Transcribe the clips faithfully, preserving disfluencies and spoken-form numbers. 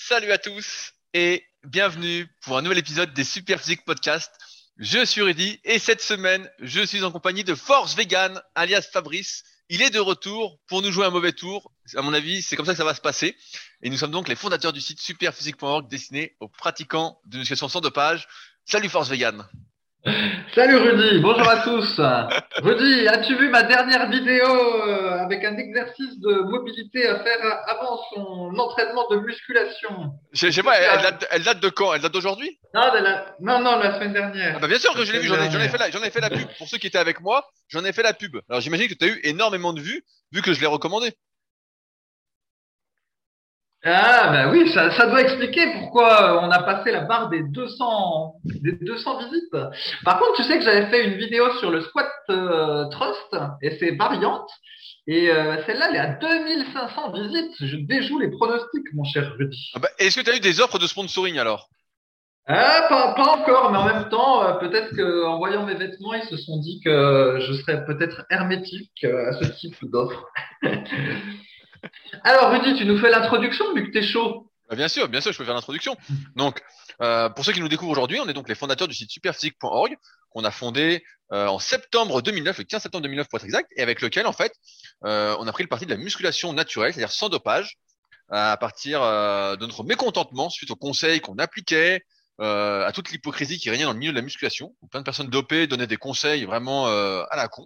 Salut à tous et bienvenue pour un nouvel épisode des Super Physique Podcast. Je suis Rudy et cette semaine, je suis en compagnie de Force Vegan, alias Fabrice. Il est de retour pour nous jouer un mauvais tour. À mon avis, c'est comme ça que ça va se passer. Et nous sommes donc les fondateurs du site superphysique point org destiné aux pratiquants de musculation sans dopage. Salut Force Vegan. Salut Rudy, bonjour à tous. Rudy, as-tu vu ma dernière vidéo euh, avec un exercice de mobilité à faire avant son entraînement de musculation? Je, je sais Est-ce que pas, tu elle as... date, elle date de quand? Elle date d'aujourd'hui? Non, de la... non, non, la semaine Ah dernière. bah bien sûr que La je l'ai vu, semaine j'en ai, j'en ai fait dernière. la, j'en ai fait la pub. Pour ceux qui étaient avec moi, j'en ai fait la pub. Alors j'imagine que tu as eu énormément de vues, vu que je l'ai recommandé. Ah, bah oui, ça, ça doit expliquer pourquoi euh, on a passé la barre des deux cents, des deux cents visites. Par contre, tu sais que j'avais fait une vidéo sur le squat euh, thrust et ses variantes. Et euh, celle-là, elle est à deux mille cinq cents visites. Je déjoue les pronostics, mon cher Rudy. Ah bah, est-ce que tu as eu des offres de sponsoring alors? Ah, pas, pas encore, mais en même temps, euh, peut-être qu'en voyant mes vêtements, ils se sont dit que je serais peut-être hermétique euh, à ce type d'offre. Alors, Rudy, tu nous fais l'introduction vu que t'es chaud. Bah, bien sûr, bien sûr, je peux faire l'introduction. Donc, euh, pour ceux qui nous découvrent aujourd'hui, on est donc les fondateurs du site superphysique point org qu'on a fondé euh, en septembre deux mille neuf, le quinze septembre deux mille neuf pour être exact, et avec lequel, en fait, euh, on a pris le parti de la musculation naturelle, c'est-à-dire sans dopage, à partir euh, de notre mécontentement suite aux conseils qu'on appliquait, euh, à toute l'hypocrisie qui régnait dans le milieu de la musculation, où plein de personnes dopées donnaient des conseils vraiment euh, à la con.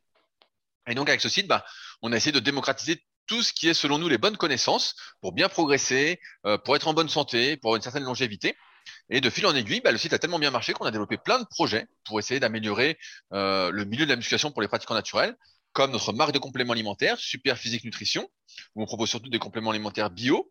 Et donc avec ce site, bah, on a essayé de démocratiser tout ce qui est selon nous les bonnes connaissances pour bien progresser, euh, pour être en bonne santé, pour avoir une certaine longévité. Et de fil en aiguille, bah, le site a tellement bien marché qu'on a développé plein de projets pour essayer d'améliorer euh, le milieu de la musculation pour les pratiquants naturels, comme notre marque de compléments alimentaires, Super Physique Nutrition, où on propose surtout des compléments alimentaires bio,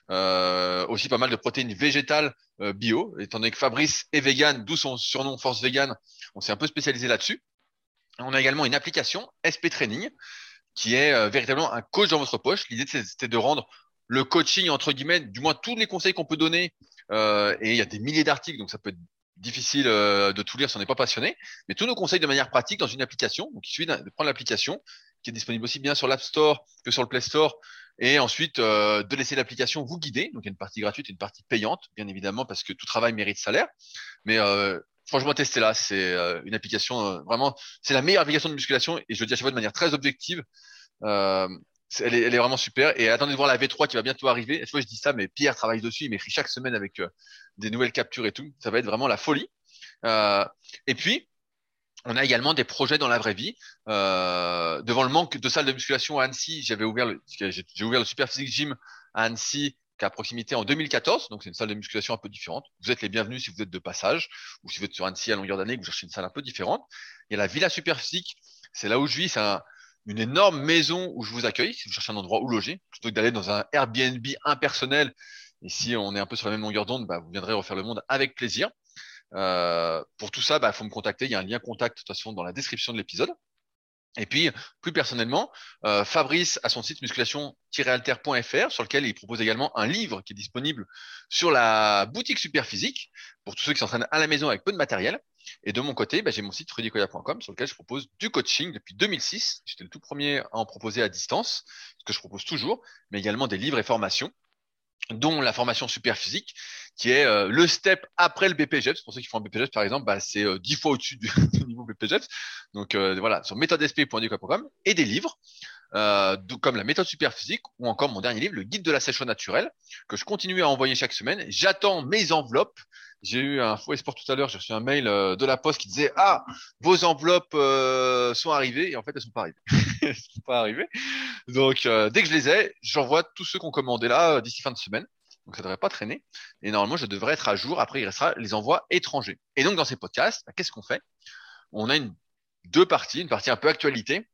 euh, aussi pas mal de protéines végétales euh, bio, étant donné que Fabrice est vegan, d'où son surnom Force Vegan, on s'est un peu spécialisé là-dessus. On a également une application S P Training qui est euh, véritablement un coach dans votre poche. L'idée, c'était de rendre le coaching, entre guillemets, du moins tous les conseils qu'on peut donner, euh, et il y a des milliers d'articles, donc ça peut être difficile euh, de tout lire si on n'est pas passionné, mais tous nos conseils de manière pratique dans une application. Donc il suffit de prendre l'application, qui est disponible aussi bien sur l'App Store que sur le Play Store, et ensuite euh, de laisser l'application vous guider. Donc il y a une partie gratuite et une partie payante, bien évidemment, parce que tout travail mérite salaire. Mais euh, franchement, testez-la, c'est euh, une application, euh, vraiment, c'est la meilleure application de musculation, et je le dis à chaque fois de manière très objective. Euh, elle est, elle est vraiment super. Et attendez de voir la V trois qui va bientôt arriver. Cette fois, je dis ça, mais Pierre travaille dessus. Il m'écrit chaque semaine avec euh, des nouvelles captures et tout. Ça va être vraiment la folie. Euh, et puis, on a également des projets dans la vraie vie. Euh, devant le manque de salles de musculation à Annecy, j'avais ouvert le, j'ai, j'ai ouvert le Super Physique Gym à Annecy, qui est à proximité en deux mille quatorze. Donc, c'est une salle de musculation un peu différente. Vous êtes les bienvenus si vous êtes de passage ou si vous êtes sur Annecy à longueur d'année et que vous cherchez une salle un peu différente. Il y a la Villa Super Physique. C'est là où je vis. C'est un, une énorme maison où je vous accueille si vous cherchez un endroit où loger, plutôt que d'aller dans un Airbnb impersonnel. Et si on est un peu sur la même longueur d'onde, bah, vous viendrez refaire le monde avec plaisir. Euh, pour tout ça, bah, faut me contacter. Il y a un lien contact de toute façon dans la description de l'épisode. Et puis, plus personnellement, euh, Fabrice a son site musculation-alter point f r sur lequel il propose également un livre qui est disponible sur la boutique Superphysique pour tous ceux qui s'entraînent à la maison avec peu de matériel. Et de mon côté, bah, j'ai mon site rudicoya point com sur lequel je propose du coaching depuis deux mille six. J'étais le tout premier à en proposer à distance, ce que je propose toujours, mais également des livres et formations dont la formation super physique, qui est euh, le step après le B P G E P S. Pour ceux qui font un B P G E P S, par exemple, bah, c'est euh, dix fois au-dessus du, du niveau B P G E P S. Donc euh, voilà, sur méthode s p point d point com et des livres, euh, comme la méthode super physique ou encore mon dernier livre, le guide de la sèche naturelle, que je continue à envoyer chaque semaine. J'attends mes enveloppes. J'ai eu un faux espoir tout à l'heure, j'ai reçu un mail euh, de la poste qui disait ah, vos enveloppes euh, sont arrivées, et en fait elles sont pas arrivées. elles sont pas arrivées. Donc euh, dès que je les ai, j'envoie tous ceux qu'on commandé là euh, d'ici fin de semaine. Donc ça devrait pas traîner. Et normalement, je devrais être à jour. Après, il restera les envois étrangers. Et donc dans ces podcasts, bah, qu'est-ce qu'on fait? On a une deux parties, une partie un peu actualité,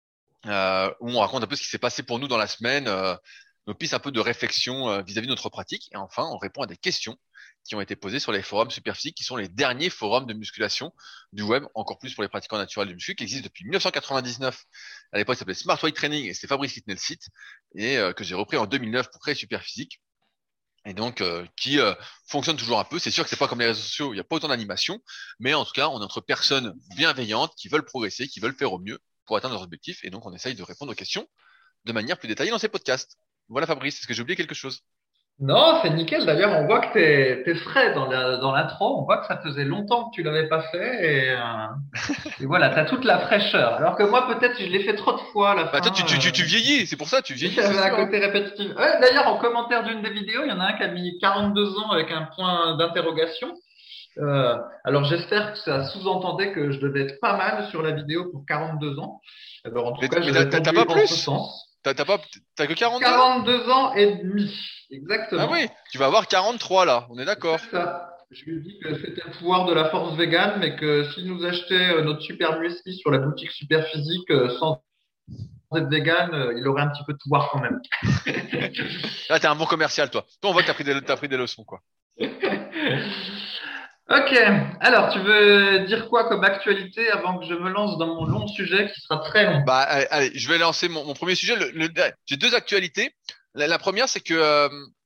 euh, où on raconte un peu ce qui s'est passé pour nous dans la semaine, euh, nos pistes un peu de réflexion euh, vis-à-vis de notre pratique. Et enfin, on répond à des questions qui ont été posées sur les forums Superphysique, qui sont les derniers forums de musculation du web, encore plus pour les pratiquants naturels de muscu, qui existent depuis mille neuf cent quatre-vingt-dix-neuf. À l'époque, ça s'appelait Smart Weight Training et c'était Fabrice qui tenait le site, et euh, que j'ai repris en deux mille neuf pour créer Superphysique. Et donc euh, qui euh, fonctionne toujours un peu. C'est sûr que c'est pas comme les réseaux sociaux, il n'y a pas autant d'animation, mais en tout cas, on est entre personnes bienveillantes qui veulent progresser, qui veulent faire au mieux pour atteindre leurs objectifs, et donc on essaye de répondre aux questions de manière plus détaillée dans ces podcasts. Voilà Fabrice, est-ce que j'ai oublié quelque chose? Non, c'est nickel. D'ailleurs, on voit que t'es, t'es frais dans la, dans l'intro. On voit que ça faisait longtemps que tu l'avais pas fait et, euh, et voilà, t'as toute la fraîcheur. Alors que moi, peut-être, je l'ai fait trop de fois à la Bah toi, fin. tu, tu, tu, tu Euh, vieillis, c'est pour ça, tu il y vieillis, c'est avait un sûr. Hein. côté répétitif. Ouais, d'ailleurs, en commentaire d'une des vidéos, il y en a un qui a mis quarante-deux ans avec un point d'interrogation. Euh, alors, j'espère que ça sous-entendait que je devais être pas mal sur la vidéo pour quarante-deux ans. Alors, en tout Mais, cas, mais j'ai t'as t'as- t'as pas répondu en ce plus? sens. T'as t'as pas, t'as que quarante-deux ans? quarante-deux ans et demi, Ah oui, exactement. tu vas avoir quarante-trois là, on est C'est d'accord. ça. Je lui ai dit que c'était le pouvoir de la force végane, mais que s'il nous achetait euh, notre super muesli sur la boutique super physique euh, sans être végane, euh, il aurait un petit peu de pouvoir quand même. Là, t'es un bon commercial, toi. Toi, on voit que t'as pris des, t'as pris des leçons, quoi. Ok, alors tu veux dire quoi comme actualité avant que je me lance dans mon long sujet qui sera très long? Bah, allez, allez, je vais lancer mon, mon premier sujet. Le, le- j'ai deux actualités. La, la première, c'est que euh,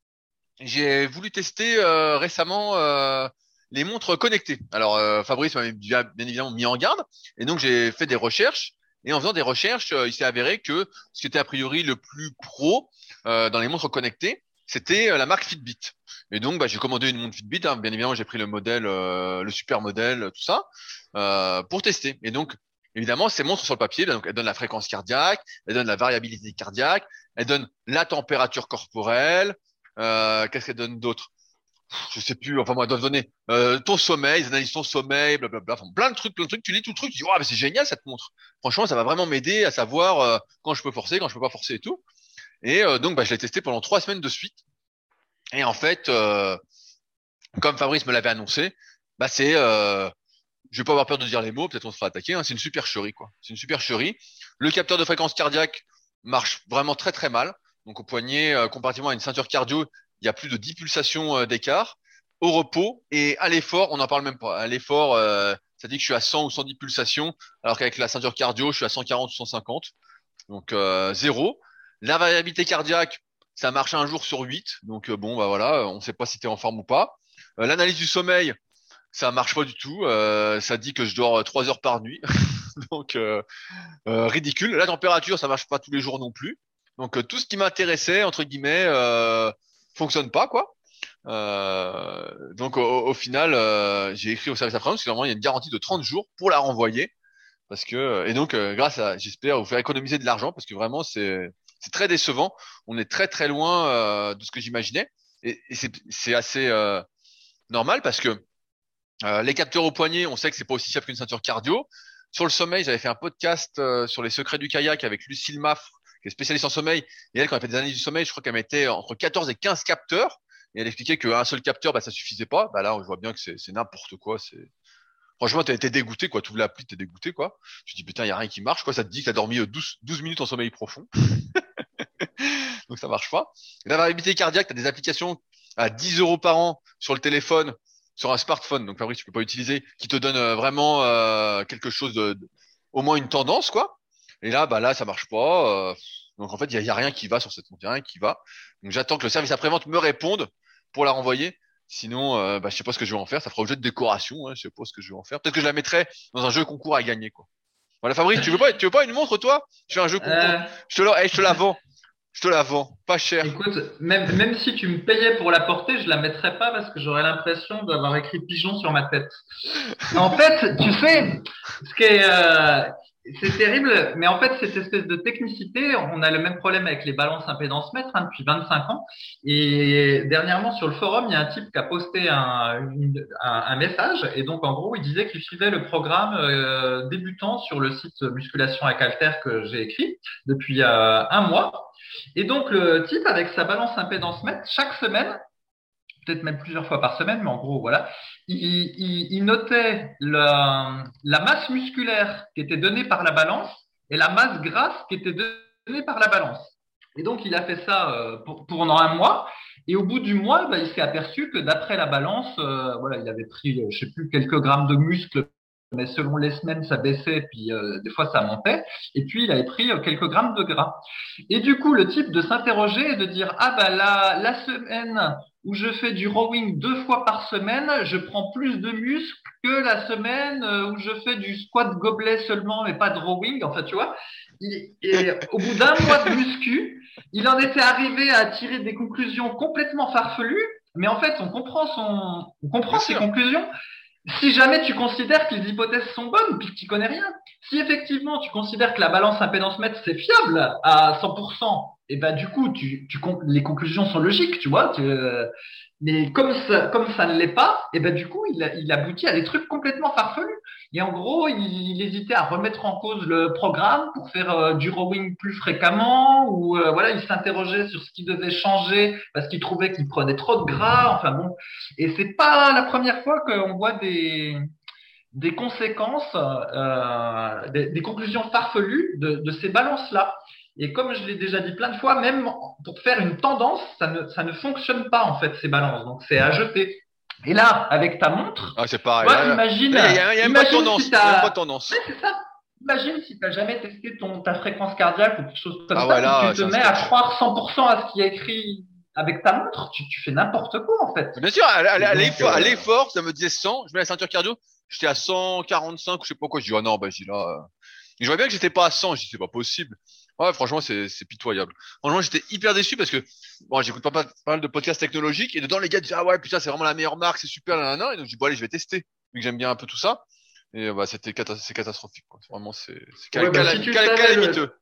j'ai voulu tester euh, récemment euh, les montres connectées. Alors, euh, Fabrice m'avait bien, bien évidemment mis en garde, et donc j'ai fait des recherches. Et en faisant des recherches, euh, il s'est avéré que ce qui était a priori le plus pro euh, dans les montres connectées, c'était euh, la marque Fitbit. Et donc, bah, j'ai commandé une montre Fitbit. Hein. Bien évidemment, j'ai pris le modèle, euh, le super modèle, tout ça, euh, pour tester. Et donc, évidemment, ces montres sur le papier, donc elles donnent la fréquence cardiaque, elles donnent la variabilité cardiaque, elles donnent la température corporelle. Euh, qu'est-ce qu'elle donne d'autre? Je sais plus. Enfin, moi, elle doit donner euh, ton sommeil, ils analysent ton sommeil, blablabla. Enfin, plein de trucs, plein de trucs. Tu lis tout le truc, tu dis, oh, mais c'est génial cette montre. Franchement, ça va vraiment m'aider à savoir euh, quand je peux forcer, quand je peux pas forcer et tout. Et euh, donc, bah, je l'ai testé pendant trois semaines de suite. Et en fait, euh, comme Fabrice me l'avait annoncé, bah, c'est, euh, je vais pas avoir peur de dire les mots, peut-être on se fera attaquer. Hein, c'est une supercherie, quoi. C'est une supercherie. Le capteur de fréquence cardiaque marche vraiment très très mal. Donc au poignet, euh, comparativement à une ceinture cardio, il y a plus de dix pulsations euh, d'écart. Au repos et à l'effort, on n'en parle même pas. À l'effort, euh, ça dit que je suis à cent ou cent dix pulsations, alors qu'avec la ceinture cardio, je suis à cent quarante ou cent cinquante. Donc euh, zéro. La variabilité cardiaque, ça marche un jour sur huit. Donc euh, bon, bah voilà, on ne sait pas si tu es en forme ou pas. Euh, L'analyse du sommeil, ça marche pas du tout. Euh, ça dit que je dors euh, trois heures par nuit. Donc euh, euh, ridicule. La température, ça marche pas tous les jours non plus. Donc euh, tout ce qui m'intéressait, entre guillemets, euh, fonctionne pas, quoi. Euh, donc au, au final, euh, j'ai écrit au service après-vente parce que normalement il y a une garantie de trente jours pour la renvoyer. Parce que et donc euh, grâce à, j'espère vous faire économiser de l'argent parce que vraiment c'est c'est très décevant. On est très très loin euh, de ce que j'imaginais et, et c'est c'est assez euh, normal parce que euh, les capteurs au poignet, on sait que c'est pas aussi fiable qu'une ceinture cardio. Sur le sommeil, j'avais fait un podcast euh, sur les secrets du kayak avec Lucille Maffre, qui est spécialiste en sommeil. Et elle, quand elle fait des analyses du sommeil, je crois qu'elle mettait entre quatorze et quinze capteurs. Et elle expliquait qu'un seul capteur, bah, ça suffisait pas. Bah là, je vois bien que c'est c'est n'importe quoi. C'est Franchement, t'es t'es dégoûté, quoi. Tu ouvres l'appli, t'es dégoûté, quoi. Tu te dis, putain, il y a rien qui marche, quoi. Ça te dit que t'as dormi euh, douze, douze minutes en sommeil profond. Donc ça marche pas. Et la variabilité cardiaque, t'as des applications à dix euros par an sur le téléphone, sur un smartphone, donc Fabrice, tu peux pas utiliser, qui te donne euh, vraiment euh, quelque chose de, de- au moins une tendance, quoi. Et là, bah là, ça marche pas. euh, donc en fait, il y a, y a rien qui va sur cette montre, y a rien qui va. Donc j'attends que le service après-vente me réponde pour la renvoyer. Sinon, euh, bah, je sais pas ce que je vais en faire. Ça fera objet de décoration. Hein, je sais pas ce que je vais en faire. Peut-être que je la mettrai dans un jeu concours à gagner, quoi. Voilà, Fabrice, tu veux pas, tu veux pas une montre, toi? Je fais un jeu concours. Euh, Je te la, eh, je te la vends. Je te la vends. Pas cher. Écoute, même, même si tu me payais pour la porter, je la mettrais pas parce que j'aurais l'impression d'avoir écrit pigeon sur ma tête. En fait, tu sais, ce qui est, euh, c'est terrible, mais en fait, cette espèce de technicité, on a le même problème avec les balances impédance mètre hein, depuis vingt-cinq ans. Et dernièrement, sur le forum, il y a un type qui a posté un, une- un, un message. Et donc, en gros, il disait qu'il suivait le programme euh, débutant sur le site Musculation avec Halter que j'ai écrit depuis euh, un mois. Et donc, le type, avec sa balance impédance mètre, chaque semaine, peut-être même plusieurs fois par semaine, mais en gros, voilà, il, il, il notait la, la masse musculaire qui était donnée par la balance et la masse grasse qui était donnée par la balance. Et donc, il a fait ça euh, pour, pendant un mois. Et au bout du mois, bah, il s'est aperçu que d'après la balance, euh, voilà, il avait pris, euh, je sais plus, quelques grammes de muscles, mais selon les semaines, ça baissait, puis euh, des fois, ça montait. Et puis, il avait pris euh, quelques grammes de gras. Et du coup, le type de s'interroger et de dire, ah bah la, la semaine où je fais du rowing deux fois par semaine, je prends plus de muscles que la semaine euh, où je fais du squat gobelet seulement, mais pas de rowing. Enfin, tu vois. Et, et au bout d'un mois de muscu, il en était arrivé à tirer des conclusions complètement farfelues, mais en fait, on comprend son, on comprend Bien ses sûr. conclusions si jamais tu considères que les hypothèses sont bonnes, puis que tu connais rien. Si effectivement tu considères que la balance impédance-mètre c'est fiable à cent pour cent, et ben du coup tu, tu les conclusions sont logiques, tu vois. Tu, euh, mais comme ça, comme ça ne l'est pas, et ben du coup il, a, il aboutit à des trucs complètement farfelus. Et en gros, il, il hésitait à remettre en cause le programme pour faire euh, du rowing plus fréquemment, ou euh, voilà, il s'interrogeait sur ce qui devait changer parce qu'il trouvait qu'il prenait trop de gras. Enfin bon, et c'est pas la première fois qu'on voit des des conséquences, euh, des, des conclusions farfelues de, de ces balances-là. Et comme je l'ai déjà dit plein de fois, même pour faire une tendance, ça ne, ça ne fonctionne pas en fait ces balances. Donc c'est à jeter. Et là, avec ta montre, Ah, c'est pareil. toi, Là, là, imagine, là, il y a, il y a même pas de imagine tendance. si Il y a même pas t'as, de tendance. ouais, c'est ça. Imagine si t'as jamais testé ton, ta fréquence cardiaque ou quelque chose comme Ah ça, ouais, puis là, tu te c'est un mets à sketch. croire cent pour cent à ce qui est écrit avec ta montre, tu, tu fais n'importe quoi en fait. Bien sûr, à, à, Et à donc, l'effort, à euh, l'effort, ça me disait cent. Je mets la ceinture cardio. J'étais à cent quarante-cinq ou je sais pas quoi. Je dis, oh non, bah, j'ai là. euh. Et je vois bien que j'étais pas à cent. Je dis, c'est pas possible. Ouais, franchement, c'est, c'est pitoyable. Franchement, j'étais hyper déçu parce que, bon, j'écoute pas, pas, pas mal de podcasts technologiques et dedans, les gars disaient, ah ouais, putain, c'est vraiment la meilleure marque, c'est super, là, là, là. Et donc, je dis, bon, allez, je vais tester. Vu que j'aime bien un peu tout ça. Et, bah, c'était cata- c'est catastrophique, quoi. Vraiment, c'est, c'est cal- ouais, bah, cal- si tu cal- savais le, calamiteux.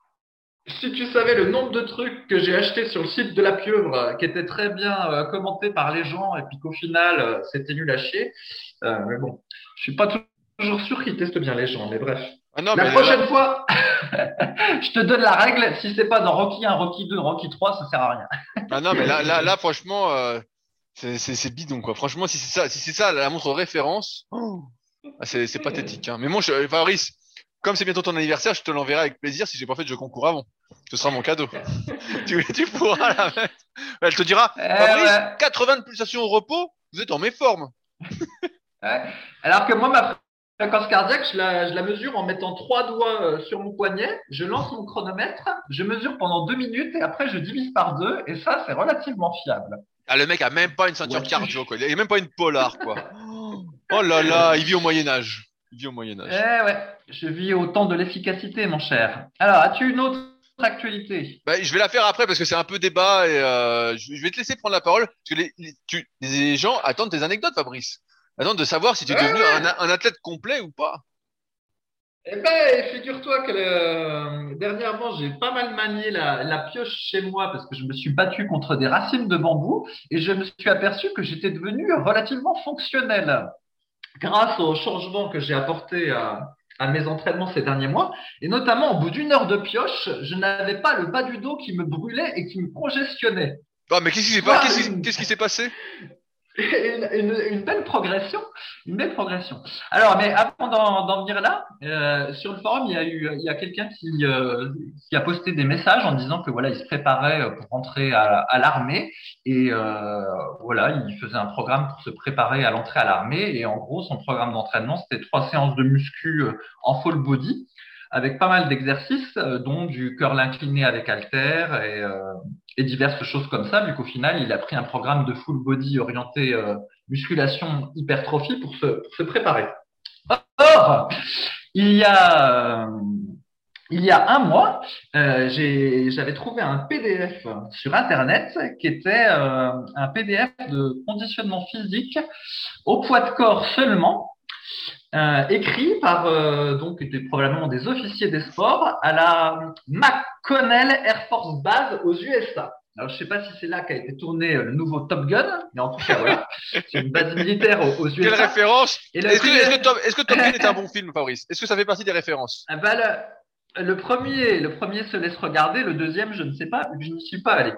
Si tu savais le nombre de trucs que j'ai achetés sur le site de la pieuvre, euh, qui étaient très bien euh, commentés par les gens, et puis qu'au final, euh, c'était nul à chier. Euh, mais bon, je suis pas toujours sûr qu'ils testent bien les gens, mais bref. Ah non, La mais là, prochaine fois, je te donne la règle. Si c'est pas dans Rocky un, Rocky deux, Rocky trois, ça sert à rien. ah non, mais là, là, là, franchement, euh, c'est, c'est, c'est bidon, quoi. Franchement, si c'est ça, si c'est ça, la montre référence, oh, ah, c'est, c'est pathétique, hein. Mais bon, je, Fabrice, comme c'est bientôt ton anniversaire, je te l'enverrai avec plaisir si j'ai pas fait de jeu concours avant. Ce sera mon cadeau. tu, tu pourras la mettre. Elle te dira, Eh Fabrice, ouais, quatre-vingts de pulsations au repos, vous êtes en méforme. ouais. Alors que moi, ma fréquence cardiaque, je la, je la mesure en mettant trois doigts euh, sur mon poignet, je lance mon chronomètre, je mesure pendant deux minutes et après je divise par deux, et ça, c'est relativement fiable. Ah, le mec a même pas une ceinture Ouais. cardio, quoi. Il a même pas une polar, quoi. Oh là là, il vit au Moyen-Âge. Il vit au Moyen-Âge. Eh ouais, je vis au temps de l'efficacité, mon cher. Alors, as-tu une autre actualité? Bah, je vais la faire après parce que c'est un peu débat et euh, je je vais te laisser prendre la parole parce que les, les, tu, les gens attendent tes anecdotes, Fabrice. Attendent de savoir si tu es Ouais, devenu un, ouais. un athlète complet ou pas. Eh ben, figure-toi que euh, dernièrement, j'ai pas mal manié la, la pioche chez moi parce que je me suis battu contre des racines de bambou et je me suis aperçu que j'étais devenu relativement fonctionnel grâce au changement que j'ai apporté à, à mes entraînements ces derniers mois. Et notamment, au bout d'une heure de pioche, je n'avais pas le bas du dos qui me brûlait et qui me congestionnait. Ah, mais qu'est-ce qui s'est pas, Soit qu'est-ce qui, une, qu'est-ce qui s'est passé? une, une, une belle progression, une belle progression. Alors, mais avant d'en, d'en venir là, euh, sur le forum, il y a eu, il y a quelqu'un qui, euh, qui a posté des messages en disant que voilà, il se préparait pour rentrer à, à l'armée et euh, voilà, il faisait un programme pour se préparer à l'entrée à l'armée et en gros, son programme d'entraînement, c'était trois séances de muscu en full body avec pas mal d'exercices, euh, dont du curl incliné avec haltère et, euh, et diverses choses comme ça, vu qu'au final, il a pris un programme de full body orienté euh, musculation hypertrophie pour se, pour se préparer. Or, il y a, euh, il y a un mois, euh, j'ai, j'avais trouvé un P D F sur Internet qui était euh, un P D F de conditionnement physique au poids de corps seulement, euh, écrit par euh, donc des, probablement des officiers des sports à la McConnell Air Force Base aux U S A. Alors, je sais pas si c'est là qu'a été tourné le nouveau Top Gun, mais en tout cas, voilà. C'est une base militaire aux, aux U S A. Quelle référence? Et le Est-ce que, est-ce P D F que Top, est-ce que Top Gun est un bon film, Fabrice? Est-ce que ça fait partie des références? ah bah, le, le premier, le premier se laisse regarder, le deuxième, je ne sais pas, je n'y suis pas allé.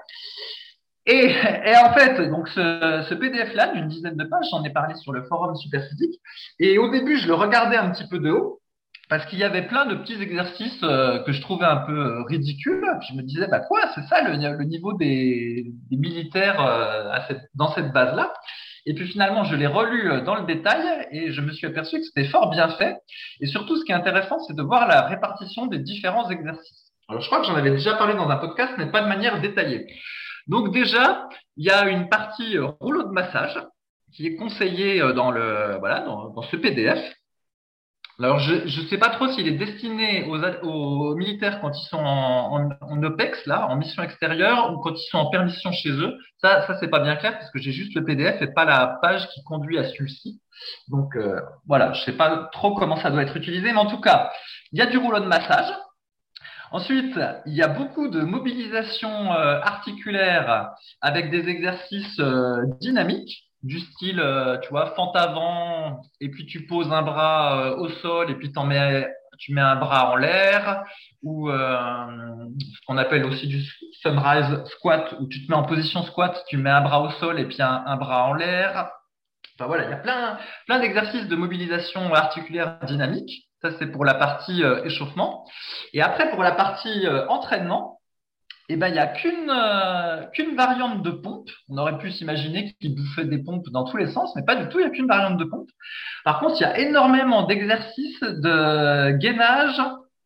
Et, et en fait, donc ce, ce P D F-là, d'une dizaine de pages, j'en ai parlé sur le forum Superphysique. Et au début, je le regardais un petit peu de haut, parce qu'il y avait plein de petits exercices euh, que je trouvais un peu euh, ridicules. Puis je me disais, bah quoi, c'est ça le, le niveau des, des militaires euh, à cette, dans cette base-là. Et puis finalement, je l'ai relu euh, dans le détail et je me suis aperçu que c'était fort bien fait. Et surtout, ce qui est intéressant, c'est de voir la répartition des différents exercices. Alors, je crois que j'en avais déjà parlé dans un podcast, mais pas de manière détaillée. Donc déjà, il y a une partie euh, rouleau de massage qui est conseillée euh, dans le voilà dans, dans ce P D F. Alors, je je sais pas trop s'il est destiné aux, a- aux militaires quand ils sont en, en, en O P E X, là, en mission extérieure, ou quand ils sont en permission chez eux. Ça, ça c'est pas bien clair parce que j'ai juste le P D F et pas la page qui conduit à celui-ci. Donc, euh, voilà, je sais pas trop comment ça doit être utilisé, mais en tout cas, il y a du rouleau de massage. Ensuite, il y a beaucoup de mobilisation euh, articulaire avec des exercices euh, dynamiques du style, euh, tu vois, fente avant, et puis tu poses un bras euh, au sol, et puis t'en mets, tu mets un bras en l'air, ou euh, ce qu'on appelle aussi du sunrise squat, où tu te mets en position squat, tu mets un bras au sol et puis un, un bras en l'air. Enfin voilà, il y a plein, plein d'exercices de mobilisation articulaire dynamique. Ça, c'est pour la partie euh, échauffement. Et après, pour la partie euh, entraînement, eh ben, il n'y a qu'une euh, qu'une variante de pompe. On aurait pu s'imaginer qu'il bouffait des pompes dans tous les sens, mais pas du tout, il n'y a qu'une variante de pompe. Par contre, il y a énormément d'exercices de gainage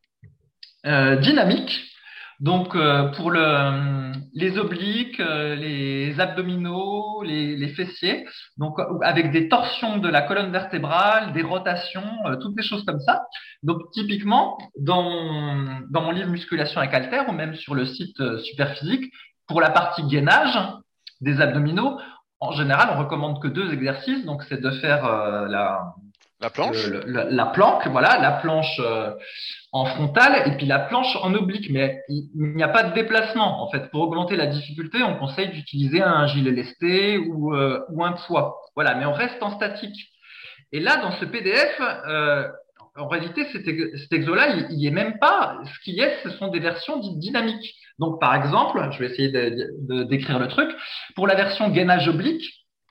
euh, dynamique. Donc, euh, pour le, les obliques, euh, les abdominaux, les, les fessiers, donc euh, avec des torsions de la colonne vertébrale, des rotations, euh, toutes des choses comme ça. Donc, typiquement, dans mon, dans mon livre Musculation avec halter, ou même sur le site euh, Superphysique, pour la partie gainage des abdominaux, en général, on recommande que deux exercices. Donc, c'est de faire euh, la, La planche? le- le- la planque, voilà, la planche euh, en frontale et puis la planche en oblique. Mais il il n'y a pas de déplacement. En fait, pour augmenter la difficulté, on conseille d'utiliser un gilet lesté ou, euh, ou un poids. Voilà, mais on reste en statique. Et là, dans ce P D F, euh, en réalité, cet, ex- cet exo-là, il, il y est même pas. Ce qui est, ce sont des versions dites dynamiques. Donc, par exemple, je vais essayer de, de- d'écrire le truc. Pour la version gainage oblique,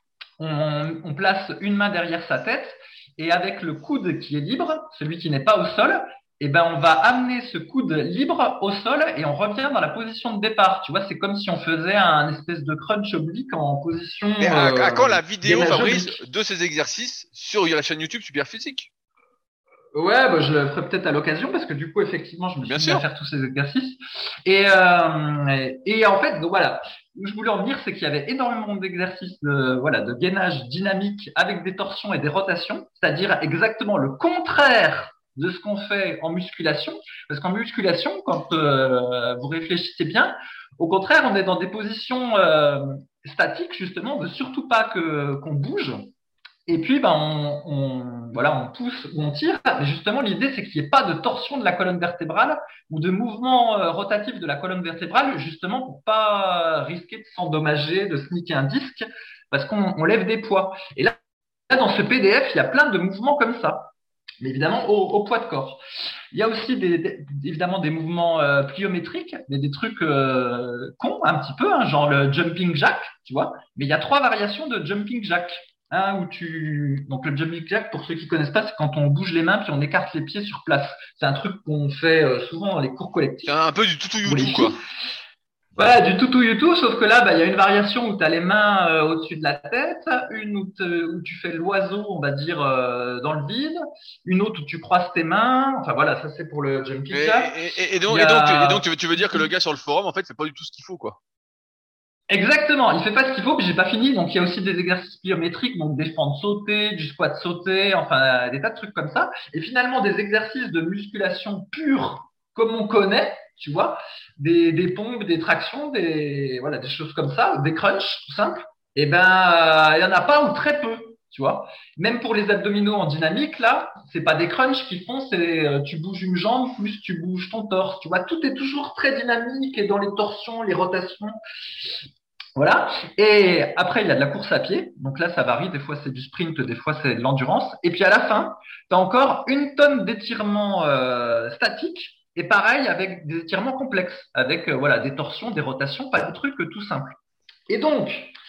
on, on place une main derrière sa tête et avec le coude qui est libre, celui qui n'est pas au sol, eh ben on va amener ce coude libre au sol et on revient dans la position de départ. Tu vois, c'est comme si on faisait un espèce de crunch oblique en position Mais à, à euh, quand la vidéo, gainage Fabrice, oblique. de ces exercices sur la chaîne YouTube Superphysique? Ouais, bah, je le ferai peut-être à l'occasion parce que du coup, effectivement, je me Bien suis mis à sûr. faire tous ces exercices. Et, euh, et, et en fait, donc voilà, où je voulais en venir, c'est qu'il y avait énormément d'exercices de, voilà, de gainage dynamique avec des torsions et des rotations, c'est-à-dire exactement le contraire de ce qu'on fait en musculation. Parce qu'en musculation, quand euh, vous réfléchissez bien, au contraire, on est dans des positions euh, statiques, justement, on veut surtout pas que qu'on bouge. Et puis, ben, on, on, voilà, on pousse ou on tire. Mais justement, l'idée, c'est qu'il n'y ait pas de torsion de la colonne vertébrale ou de mouvement euh, rotatif de la colonne vertébrale, justement pour pas risquer de s'endommager, de se niquer un disque, parce qu'on on lève des poids. Et là, là, dans ce P D F, il y a plein de mouvements comme ça, mais évidemment au, au poids de corps. Il y a aussi des, des- évidemment des mouvements euh, pliométriques, des, des trucs euh, cons un petit peu, hein, genre le jumping jack, tu vois. Mais il y a trois variations de jumping jack. Hein, où tu... Donc le jumping jack, pour ceux qui connaissent pas, c'est quand on bouge les mains puis on écarte les pieds sur place. C'est un truc qu'on fait euh, souvent dans les cours collectifs C'est un peu du toutou pour les youtou, quoi. filles. Voilà, du toutou youtou, sauf que là, bah, il y a une variation où tu as les mains euh, au-dessus de la tête, une où, te- où tu fais l'oiseau, on va dire, euh, dans le vide, une autre où tu croises tes mains. Enfin voilà, ça c'est pour le jumping Et, jack. et, et, et Il donc, y et donc, et a donc tu, veux, tu veux dire que le gars sur le forum, en fait, fait pas du tout ce qu'il faut, quoi. exactement, il fait pas ce qu'il faut, puis j'ai pas fini. Donc il y a aussi des exercices pliométriques, donc des fentes sautées, du squat sauté, enfin des tas de trucs comme ça. Et finalement des exercices de musculation pure, comme on connaît, tu vois, des, des pompes, des tractions, des voilà, des choses comme ça, des crunchs, tout simple. Et ben euh, il y en a pas ou très peu, tu vois. Même pour les abdominaux en dynamique là, c'est pas des crunchs qu'ils font, c'est euh, tu bouges une jambe plus tu bouges ton torse, tu vois. Tout est toujours très dynamique et dans les torsions, les rotations. Voilà. Et après, il y a de la course à pied. Donc là, ça varie. Des fois, c'est du sprint, des fois, c'est de l'endurance. Et puis à la fin, tu as encore une tonne d'étirements euh, statiques. Et pareil, avec des étirements complexes, avec euh, voilà des torsions, des rotations, pas de trucs tout simples. Et donc,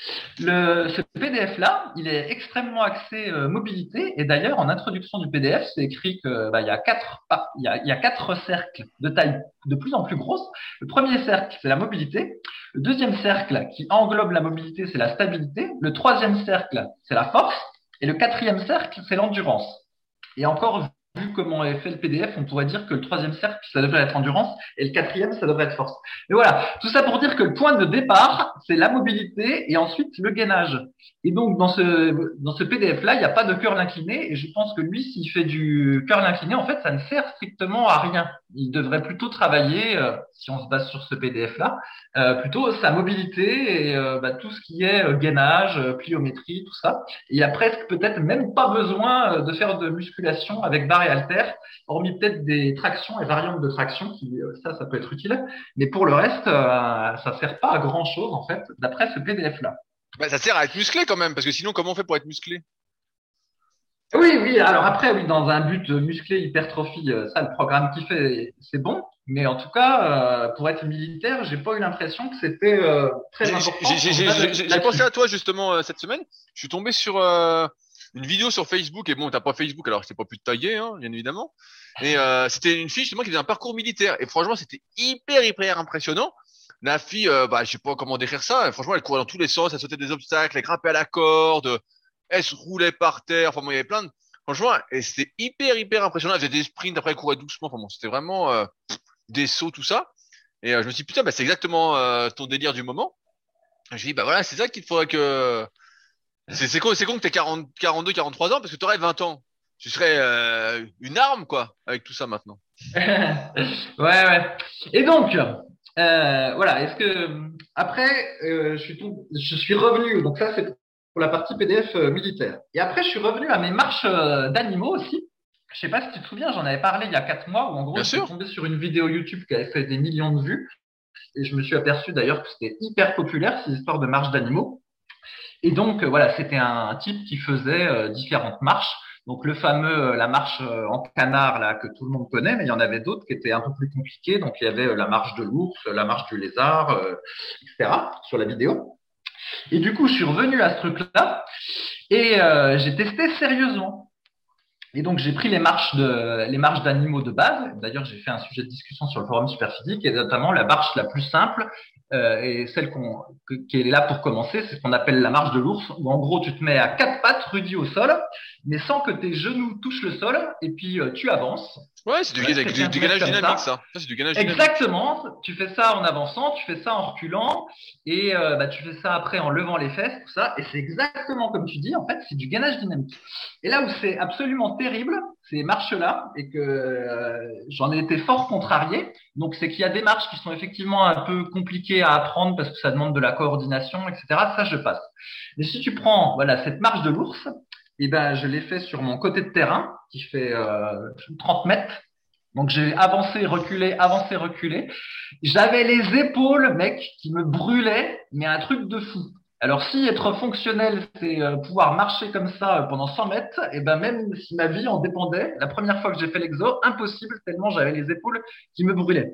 le, ce P D F-là, il est extrêmement axé euh, mobilité. Et d'ailleurs, en introduction du P D F, c'est écrit que bah, il y a quatre, pas, il y a, il y a quatre cercles de taille de plus en plus grosse. Le premier cercle, c'est la mobilité. Le deuxième cercle, qui englobe la mobilité, c'est la stabilité. Le troisième cercle, c'est la force. Et le quatrième cercle, c'est l'endurance. Et encore, vu comment est fait le P D F, on pourrait dire que le troisième cercle, ça devrait être endurance, et le quatrième, ça devrait être force. Mais voilà, tout ça pour dire que le point de départ, c'est la mobilité et ensuite le gainage. Et donc, dans ce, dans ce P D F-là, il n'y a pas de curl incliné. Et je pense que lui, s'il fait du curl incliné, en fait, ça ne sert strictement à rien. Il devrait plutôt travailler, euh, si on se base sur ce P D F-là, euh, plutôt sa mobilité et euh, bah, tout ce qui est euh, gainage, euh, pliométrie, tout ça. Et il y a presque peut-être même pas besoin euh, de faire de musculation avec barre et haltère, hormis peut-être des tractions et variantes de traction, qui euh, ça, ça peut être utile. Mais pour le reste, euh, ça sert pas à grand-chose, en fait, d'après ce P D F-là. Bah, ça sert à être musclé quand même, parce que sinon, comment on fait pour être musclé? Oui, oui. Alors après, oui, dans un but musclé, hypertrophie, euh, ça, le programme qui fait, c'est bon. Mais en tout cas, euh, pour être militaire, j'ai pas eu l'impression que c'était euh, très J'ai important. j'ai- j'ai- On j'ai- va j'ai- j'ai pensé là-dessus. à toi justement euh, cette semaine. Je suis tombé sur euh, une vidéo sur Facebook et bon, t'as pas Facebook, alors je t'ai pas pu te taguer, hein, bien évidemment. Mais euh, c'était une fille justement qui faisait un parcours militaire et franchement, c'était hyper hyper impressionnant. La fille, euh, bah, je sais pas comment décrire ça. Franchement, elle courait dans tous les sens, elle sautait des obstacles, elle grimpait à la corde, elle se roulait par terre. Enfin bon, il y avait plein de. Franchement, et c'était hyper hyper impressionnant. Elle faisait des sprints, après elle courait doucement. Enfin bon, c'était vraiment euh, des sauts, tout ça. Et euh, je me suis dit, putain, bah, c'est exactement euh, ton délire du moment. J'ai dit, bah voilà, c'est ça qu'il faudrait que. C'est c'est con, c'est con que t'aies quarante, quarante-deux, quarante-trois ans parce que t'aurais vingt ans. Tu serais euh, une arme, quoi, avec tout ça maintenant. Ouais, ouais. Et donc, euh, voilà. Est-ce que après, euh, je suis tout- je suis revenu. Donc ça, c'est pour la partie P D F euh, militaire. Et après, je suis revenu à mes marches euh, d'animaux aussi. Je sais pas si tu te souviens, j'en avais parlé il y a quatre mois où en gros, Bien j'étais sûr. tombé sur une vidéo YouTube qui avait fait des millions de vues. Et je me suis aperçu d'ailleurs que c'était hyper populaire, ces histoires de marches d'animaux. Et donc, euh, voilà, c'était un, un type qui faisait euh, différentes marches. Donc, le fameux, euh, la marche euh, en canard, là, que tout le monde connaît, mais il y en avait d'autres qui étaient un peu plus compliquées. Donc, il y avait euh, la marche de l'ours, la marche du lézard, euh, et cetera, sur la vidéo. Et du coup, je suis revenu à ce truc-là et euh, j'ai testé sérieusement. Et donc, j'ai pris les marches de, les marches d'animaux de base. D'ailleurs, j'ai fait un sujet de discussion sur le forum Superphysique et notamment la marche la plus simple euh, et celle qu'on, que- qui est là pour commencer, c'est ce qu'on appelle la marche de l'ours, où en gros, tu te mets à quatre pattes, rudis au sol, mais sans que tes genoux touchent le sol, et puis euh, tu avances. Ouais, c'est du, Voilà, du, très du, bien du te mettre gainage comme dynamique, ça. ça. Ça, c'est du gainage dynamique. Exactement, tu fais ça en avançant, tu fais ça en reculant, et euh, bah, tu fais ça après en levant les fesses, tout ça, et c'est exactement comme tu dis, en fait, c'est du gainage dynamique. Et là où c'est absolument terrible, ces marches-là, et que euh, j'en ai été fort contrarié, donc c'est qu'il y a des marches qui sont effectivement un peu compliquées à apprendre parce que ça demande de la coordination, et cetera. Ça, je passe. Mais si tu prends voilà cette marche de l'ours, et ben je l'ai fait sur mon côté de terrain qui fait euh, trente mètres. Donc j'ai avancé, reculé, avancé, reculé. J'avais les épaules, mec, qui me brûlaient, mais un truc de fou. Alors si être fonctionnel, c'est euh, pouvoir marcher comme ça euh, pendant cent mètres, et ben même si ma vie en dépendait, la première fois que j'ai fait l'exo, impossible tellement j'avais les épaules qui me brûlaient.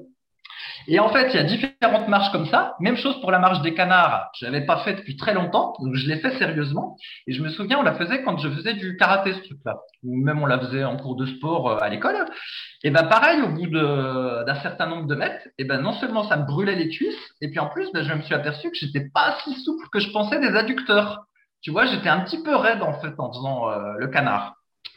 Et en fait, il y a différentes marches comme ça. Même chose pour la marche des canards. Je l'avais pas fait depuis très longtemps, donc je l'ai fait sérieusement. Et je me souviens, on la faisait quand je faisais du karaté, ce truc-là. Ou même on la faisait en cours de sport euh, à l'école. Et ben pareil, au bout de, d'un certain nombre de mètres, et ben non seulement ça me brûlait les cuisses, et puis en plus, ben, je me suis aperçu que j'étais pas si souple que je pensais des adducteurs. Tu vois, j'étais un petit peu raide en fait en faisant euh, le canard.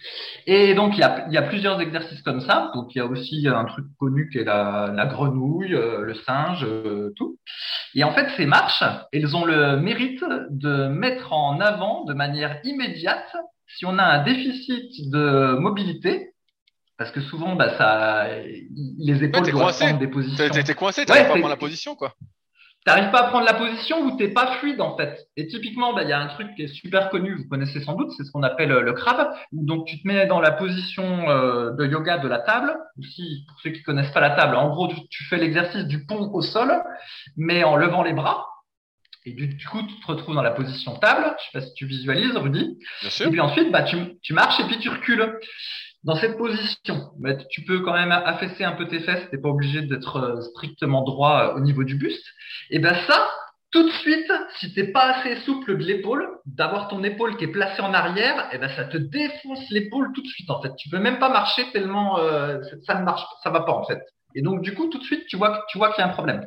Et donc, il y a, il y a plusieurs exercices comme ça. Donc, il y a aussi un truc connu qui est la, la grenouille, euh, le singe, euh, tout. Et en fait, ces marches, elles ont le mérite de mettre en avant de manière immédiate si on a un déficit de mobilité, parce que souvent, bah, ça, les Ouais, épaules t'es doivent coincé. prendre des T'es positions. t'es- t'es coincé, t'arrives Ouais, pas à prendre la c'est, position, quoi. T'arrives pas à prendre la position ou t'es pas fluide en fait. Et typiquement, bah, il y a un truc qui est super connu, vous connaissez sans doute, c'est ce qu'on appelle euh, le crabe. Donc tu te mets dans la position euh, de yoga de la table. Aussi, pour ceux qui connaissent pas la table, en gros, tu, tu fais l'exercice du pont au sol, mais en levant les bras. Et du, du coup, tu te retrouves dans la position table. Je sais pas si tu visualises, Rudy. Bien Et sûr. puis ensuite, bah, tu, tu marches et puis tu recules. Dans cette position, bah, tu peux quand même affaisser un peu tes fesses. T'es pas obligé d'être euh, strictement droit euh, au niveau du buste. Et ben ça, tout de suite, si t'es pas assez souple de l'épaule, d'avoir ton épaule qui est placée en arrière, et ben ça te défonce l'épaule tout de suite en fait. Tu peux même pas marcher tellement euh, ça ne marche, ça va pas en fait. Et donc du coup, tout de suite, tu vois, tu vois qu'il y a un problème.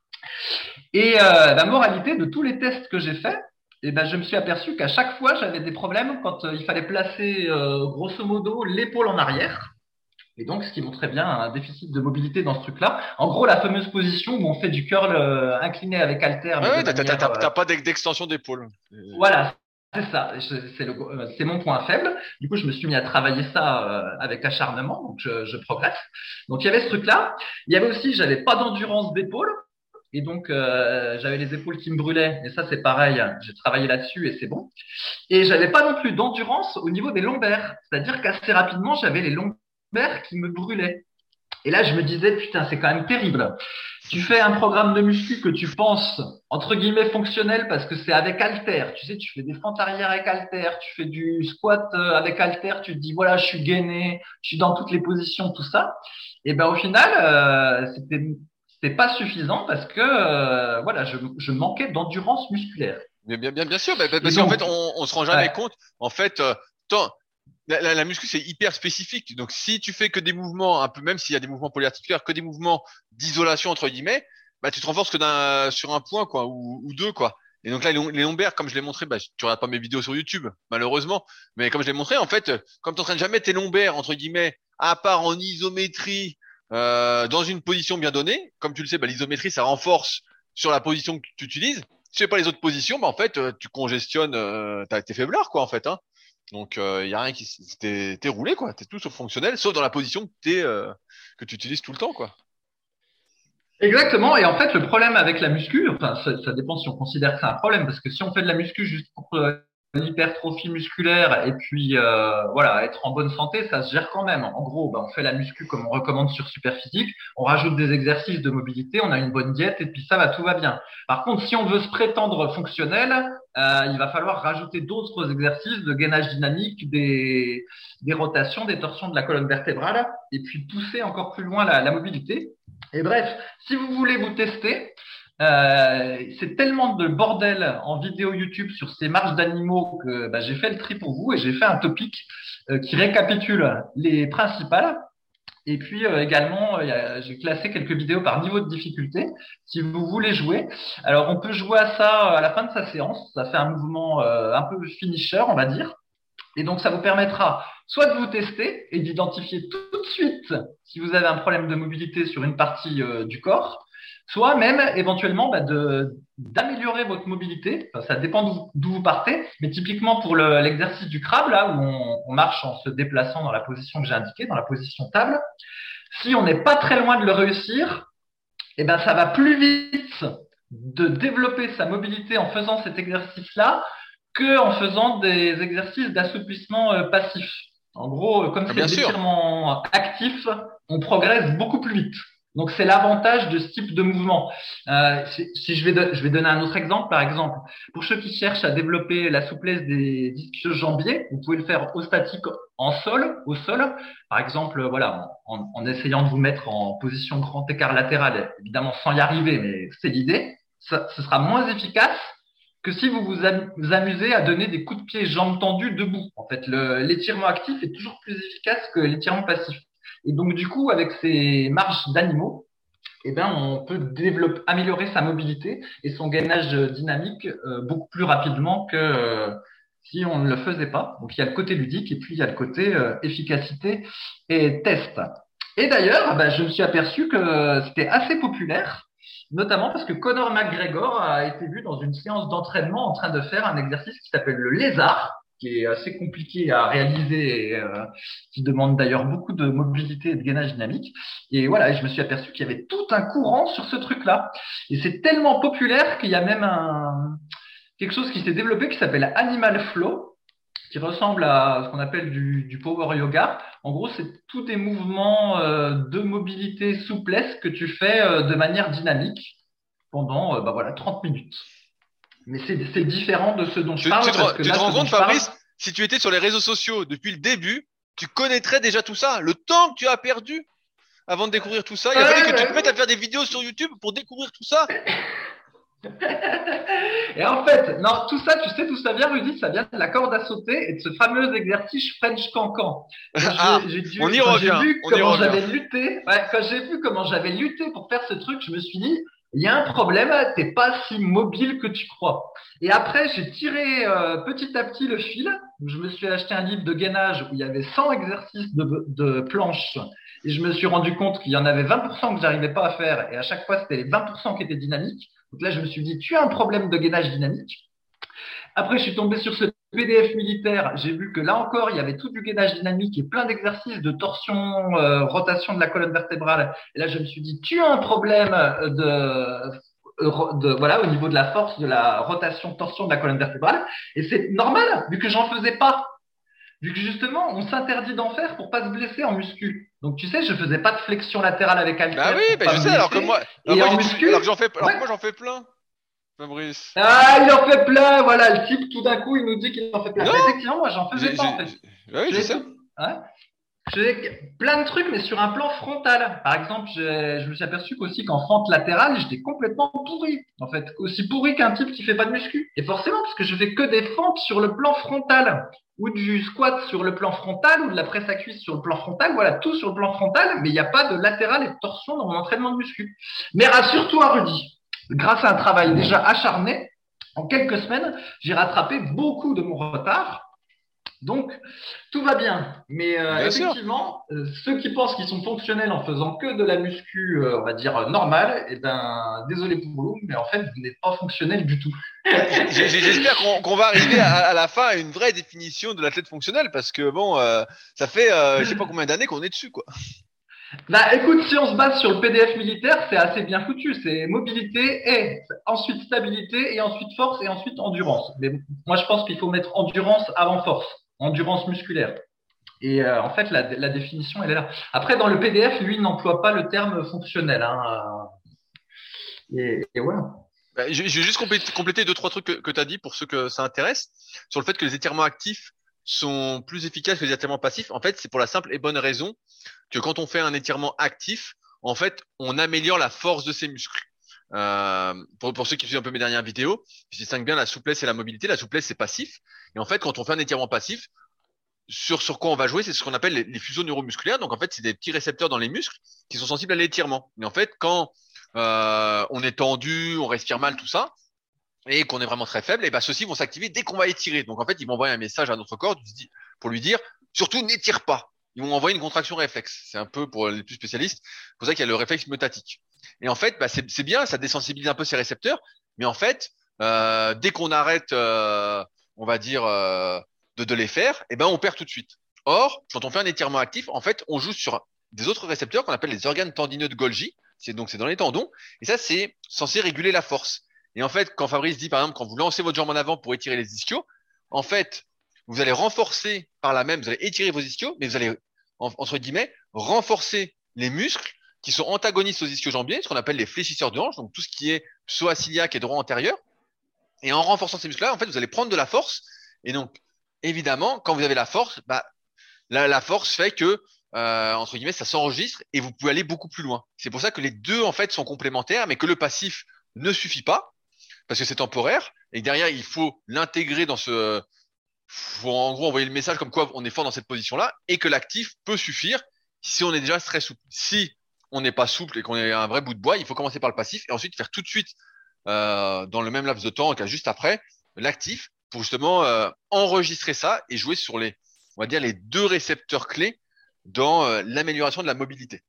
Et euh, la moralité de tous les tests que j'ai faits, eh ben, je me suis aperçu qu'à chaque fois, j'avais des problèmes quand euh, il fallait placer, euh, grosso modo, l'épaule en arrière. Et donc, ce qui montrait bien un déficit de mobilité dans ce truc-là. En gros, la fameuse position où on fait du curl euh, incliné avec haltère, Ouais, mais de ouais, t'as t'as- t'as- manière... t'as- euh, t'as pas d'ex- d'extension d'épaule. Euh, voilà, c'est ça, c'est le, c'est mon point faible. Du coup, je me suis mis à travailler ça euh, avec acharnement, donc je, je progresse. Donc il y avait ce truc-là. Il y avait aussi, j'avais pas d'endurance d'épaule. Et donc, euh, j'avais les épaules qui me brûlaient. Et ça, c'est pareil. J'ai travaillé là-dessus et c'est bon. Et j'avais pas non plus d'endurance au niveau des lombaires. C'est-à-dire qu'assez rapidement, j'avais les lombaires qui me brûlaient. Et là, je me disais, putain, c'est quand même terrible. Tu fais un programme de muscu que tu penses, entre guillemets, fonctionnel parce que c'est avec haltère. Tu sais, tu fais des fentes arrière avec haltère, tu fais du squat avec haltère, tu te dis, voilà, je suis gainé, je suis dans toutes les positions, tout ça. Et ben, au final, euh, c'était, c'était pas suffisant parce que, euh, voilà, je, je manquais d'endurance musculaire. Bien, bien, bien, bien sûr, bah, bah, Et parce qu'en donc, fait, on, on se rend jamais ouais, compte. En fait, euh, tant, la, la, la muscu, c'est hyper spécifique. Donc, si tu fais que des mouvements, un peu, même s'il y a des mouvements polyarticulaires, que des mouvements d'isolation, entre guillemets, bah, tu te renforces que d'un, sur un point, quoi, ou, ou deux, quoi. Et donc là, les, lom- les lombaires, comme je l'ai montré, bah, tu regardes pas mes vidéos sur YouTube, malheureusement. Mais comme je l'ai montré, en fait, euh, comme tu entraînes jamais tes lombaires, entre guillemets, à part en isométrie, euh, dans une position bien donnée, comme tu le sais, bah, l'isométrie, ça renforce sur la position que tu utilises. Si tu fais pas les autres positions, bah en fait, euh, tu congestionnes euh, t'as tes faibleurs, quoi, en fait, hein. Donc, il euh, y a rien qui, s- t'es, t'es roulé, quoi. T'es tout sauf fonctionnel, sauf dans la position que t'es, euh, que tu utilises tout le temps, quoi. exactement. Et en fait, le problème avec la muscu, enfin, ça, ça dépend si on considère que c'est un problème, parce que si on fait de la muscu juste pour euh, l'hypertrophie musculaire et puis euh, voilà, être en bonne santé, ça se gère quand même. En gros, bah, on fait la muscu comme on recommande sur Superphysique, on rajoute des exercices de mobilité, on a une bonne diète et puis ça va, tout va bien. Par contre, si on veut se prétendre fonctionnel, euh, il va falloir rajouter d'autres exercices de gainage dynamique, des, des rotations, des torsions de la colonne vertébrale et puis pousser encore plus loin la, la mobilité. Et bref, si vous voulez vous tester, euh, c'est tellement de bordel en vidéo YouTube sur ces marches d'animaux que bah, j'ai fait le tri pour vous et j'ai fait un topic euh, qui récapitule les principales. Et puis euh, également, euh, y a- j'ai classé quelques vidéos par niveau de difficulté. Si vous voulez jouer, alors on peut jouer à ça à la fin de sa séance. Ça fait un mouvement euh, un peu finisher, on va dire. Et donc, ça vous permettra soit de vous tester et d'identifier tout de suite si vous avez un problème de mobilité sur une partie euh, du corps, soit même éventuellement bah, de d'améliorer votre mobilité. Enfin, ça dépend d'où d'où vous partez, mais typiquement pour le- l'exercice du crabe, là où on, on marche en se déplaçant dans la position que j'ai indiquée, dans la position table, si on n'est pas très loin de le réussir, eh ben, ça va plus vite de développer sa mobilité en faisant cet exercice-là que en faisant des exercices d'assouplissement euh, passif. En gros, euh, comme Ah, c'est bien de sûr. l'étirement actif, on progresse beaucoup plus vite. Donc, c'est l'avantage de ce type de mouvement. Euh, si, si je vais, de- je vais donner un autre exemple, par exemple, pour ceux qui cherchent à développer la souplesse des disques jambiers, vous pouvez le faire au statique, en sol, au sol. Par exemple, voilà, en, en essayant de vous mettre en position grand écart latéral, évidemment sans y arriver, mais c'est l'idée. Ça, ce sera moins efficace que si vous vous, am- vous amusez à donner des coups de pied jambes tendues debout. En fait, le- l'étirement actif est toujours plus efficace que l'étirement passif. Et donc, du coup, avec ces marches d'animaux, eh ben, on peut développer, améliorer sa mobilité et son gainage dynamique euh, beaucoup plus rapidement que euh, si on ne le faisait pas. Donc, il y a le côté ludique et puis il y a le côté euh, efficacité et test. Et d'ailleurs, ben, je me suis aperçu que c'était assez populaire, notamment parce que Conor McGregor a été vu dans une séance d'entraînement en train de faire un exercice qui s'appelle le lézard, qui est assez compliqué à réaliser et euh, qui demande d'ailleurs beaucoup de mobilité et de gainage dynamique. Et voilà, je me suis aperçu qu'il y avait tout un courant sur ce truc-là. Et c'est tellement populaire qu'il y a même un, quelque chose qui s'est développé qui s'appelle Animal Flow, qui ressemble à ce qu'on appelle du, du power yoga. En gros, c'est tous des mouvements euh, de mobilité souplesse que tu fais euh, de manière dynamique pendant euh, bah voilà, trente minutes. Mais c'est c'est différent de ce dont je Tu, tu parle te, parce rends- que tu te là, rends ce dont compte, je parle, Fabrice, si tu étais sur les réseaux sociaux depuis le début, tu connaîtrais déjà tout ça. Le temps que tu as perdu avant de découvrir tout ça, il a fallu que tu te ouais, mettes à faire des vidéos sur YouTube pour découvrir tout ça. et en fait, non, tout ça, tu sais d'où ça vient, Rudy? Ça vient de la corde à sauter et de ce fameux exercice French Cancan. Quand Ah, j'ai j'ai on dû, y quand j'ai revient, vu on y comment revient. j'avais lutté, ouais, quand j'ai vu comment j'avais lutté pour faire ce truc, je me suis dit, il y a un problème, t'es pas si mobile que tu crois. Et après, j'ai tiré euh, petit à petit le fil. Je me suis acheté un livre de gainage où il y avait cent exercices de, de planche. Et je me suis rendu compte qu'il y en avait vingt pour cent que j'arrivais pas à faire. Et à chaque fois, c'était les vingt pour cent qui étaient dynamiques. Donc là, je me suis dit, tu as un problème de gainage dynamique. Après, je suis tombé sur ce P D F militaire, j'ai vu que là encore, il y avait tout du gainage dynamique et plein d'exercices de torsion, euh, rotation de la colonne vertébrale. Et là, je me suis dit, tu as un problème de, de, voilà, au niveau de la force de la rotation, torsion de la colonne vertébrale. Et c'est normal, vu que j'en faisais pas. Vu que justement, on s'interdit d'en faire pour pas se blesser en muscu. Donc, tu sais, je faisais pas de flexion latérale avec haltère. Bah oui, bah je sais, alors que moi, alors et moi, en j'ai- muscu, alors que j'en fais, alors que ouais. moi j'en fais plein, Fabrice. Ah, il en fait plein, voilà, le type, tout d'un coup, il nous dit qu'il en fait plein. Non, Mais effectivement, moi, j'en faisais j'ai, pas, en j'ai, fait. j'ai- bah oui, Je je faisais sais. tout, ouais. Je faisais plein de trucs, mais sur un plan frontal. Par exemple, je, je me suis aperçu qu'aussi qu'en fente latérale, j'étais complètement pourri. En fait, aussi pourri qu'un type qui fait pas de muscu. Et forcément, parce que je fais que des fentes sur le plan frontal. Ou du squat sur le plan frontal, ou de la presse à cuisse sur le plan frontal. Voilà, tout sur le plan frontal, mais il n'y a pas de latéral et de torsion dans mon entraînement de muscu. Mais rassure-toi, Rudy, grâce à un travail déjà acharné, en quelques semaines, j'ai rattrapé beaucoup de mon retard. Donc, tout va bien. Mais euh, Bien sûr. effectivement, euh, ceux qui pensent qu'ils sont fonctionnels en faisant que de la muscu, euh, on va dire, euh, normale, eh ben, désolé pour vous, mais en fait, vous n'êtes pas fonctionnel du tout. Bah, j'ai- j'ai- j'espère qu'on qu'on va arriver à, à la fin à une vraie définition de l'athlète fonctionnel parce que bon, euh, ça fait euh, je sais pas combien d'années qu'on est dessus quoi. Bah, écoute, si on se base sur le P D F militaire, c'est assez bien foutu. C'est mobilité et ensuite stabilité et ensuite force et ensuite endurance. Mais moi, je pense qu'il faut mettre endurance avant force, endurance musculaire. Et euh, en fait, la, la définition, elle est là. Après, dans le P D F, lui, il n'emploie pas le terme fonctionnel. Hein. Et, et voilà. Bah, je, je vais juste compléter, compléter deux trois trucs que, que tu as dit pour ceux que ça intéresse sur le fait que les étirements actifs sont plus efficaces que les étirements passifs. En fait, c'est pour la simple et bonne raison que quand on fait un étirement actif, en fait, on améliore la force de ses muscles. Euh, pour, pour ceux qui suivent un peu mes dernières vidéos, je distingue bien la souplesse et la mobilité. La souplesse, c'est passif. Et en fait, quand on fait un étirement passif, sur, sur quoi on va jouer, c'est ce qu'on appelle les, les fuseaux neuromusculaires. Donc, en fait, c'est des petits récepteurs dans les muscles qui sont sensibles à l'étirement. Mais en fait, quand euh, on est tendu, on respire mal, tout ça, et qu'on est vraiment très faible, et ben ceux-ci vont s'activer dès qu'on va étirer. Donc en fait, ils vont envoyer un message à notre corps pour lui dire surtout n'étire pas. Ils vont envoyer une contraction réflexe. C'est un peu pour les plus spécialistes. C'est pour ça qu'il y a le réflexe myotatique. Et en fait, bah, c'est, c'est bien, ça désensibilise un peu ces récepteurs, mais en fait, euh, dès qu'on arrête, euh, on va dire, euh, de, de les faire, et ben on perd tout de suite. Or, quand on fait un étirement actif, en fait, on joue sur des autres récepteurs qu'on appelle les organes tendineux de Golgi. C'est donc c'est dans les tendons, et ça c'est censé réguler la force. Et en fait, quand Fabrice dit, par exemple, quand vous lancez votre jambe en avant pour étirer les ischios, en fait, vous allez renforcer par là même, vous allez étirer vos ischios, mais vous allez, entre guillemets, renforcer les muscles qui sont antagonistes aux ischio-jambiers, ce qu'on appelle les fléchisseurs de hanche, donc tout ce qui est psoas-iliaque et droit antérieur. Et en renforçant ces muscles-là, en fait, vous allez prendre de la force. Et donc, évidemment, quand vous avez la force, bah, la, la force fait que, euh, entre guillemets, ça s'enregistre et vous pouvez aller beaucoup plus loin. C'est pour ça que les deux, en fait, sont complémentaires, mais que le passif ne suffit pas parce que c'est temporaire et que derrière, il faut l'intégrer dans ce, faut en gros envoyer le message comme quoi on est fort dans cette position-là et que l'actif peut suffire si on est déjà très souple. Si on n'est pas souple et qu'on est un vrai bout de bois, il faut commencer par le passif et ensuite faire tout de suite, euh, dans le même laps de temps, cas juste après, l'actif pour justement euh, enregistrer ça et jouer sur les, on va dire, les deux récepteurs clés dans euh, l'amélioration de la mobilité.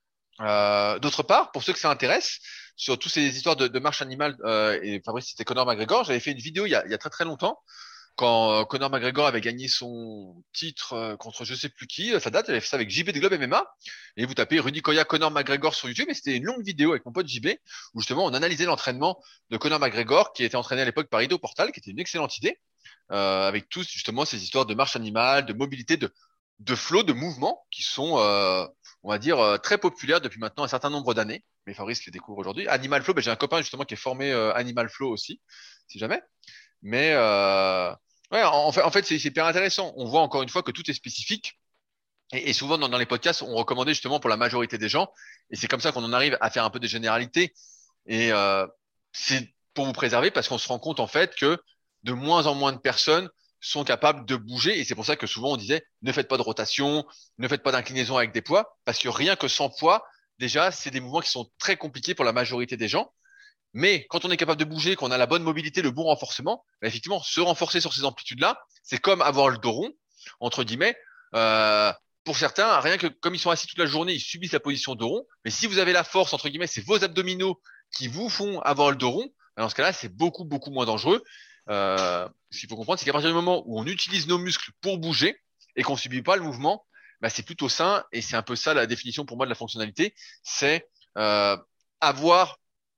Euh, d'autre part, pour ceux que ça intéresse, sur toutes ces histoires de, de marche animale, euh, et Fabrice c'était Conor McGregor, j'avais fait une vidéo il y a, il y a très très longtemps, quand euh, Conor McGregor avait gagné son titre euh, contre je sais plus qui, ça date, il avait fait ça avec J B de Globe M M A, et vous tapez Rudy Koya, Conor McGregor sur YouTube, et c'était une longue vidéo avec mon pote J B, où justement on analysait l'entraînement de Conor McGregor, qui était entraîné à l'époque par Ido Portal, qui était une excellente idée, euh, avec tous justement ces histoires de marche animale, de mobilité, de de flow, de mouvements qui sont, euh, on va dire, euh, très populaires depuis maintenant un certain nombre d'années. Mais Fabrice les découvre aujourd'hui. Animal Flow, ben, j'ai un copain justement qui est formé euh, Animal Flow aussi, si jamais. Mais euh, ouais, en, en fait, en fait c'est, c'est hyper intéressant. On voit encore une fois que tout est spécifique. Et, et souvent dans, dans les podcasts, on recommandait justement pour la majorité des gens. Et c'est comme ça qu'on en arrive à faire un peu des généralités. Et euh, c'est pour vous préserver parce qu'on se rend compte en fait que de moins en moins de personnes sont capables de bouger et c'est pour ça que souvent on disait ne faites pas de rotation, ne faites pas d'inclinaison avec des poids parce que rien que sans poids, déjà c'est des mouvements qui sont très compliqués pour la majorité des gens. Mais quand on est capable de bouger, qu'on a la bonne mobilité, le bon renforcement, bah effectivement se renforcer sur ces amplitudes-là, c'est comme avoir le dos rond entre guillemets. Euh, pour certains, rien que comme ils sont assis toute la journée, ils subissent la position dos rond. Mais si vous avez la force entre guillemets, c'est vos abdominaux qui vous font avoir le dos rond. Bah dans ce cas-là, c'est beaucoup beaucoup moins dangereux. euh, ce qu'il faut comprendre, c'est qu'à partir du moment où on utilise nos muscles pour bouger et qu'on subit pas le mouvement, bah, c'est plutôt sain. Et c'est un peu ça la définition pour moi de la fonctionnalité, c'est euh, avoir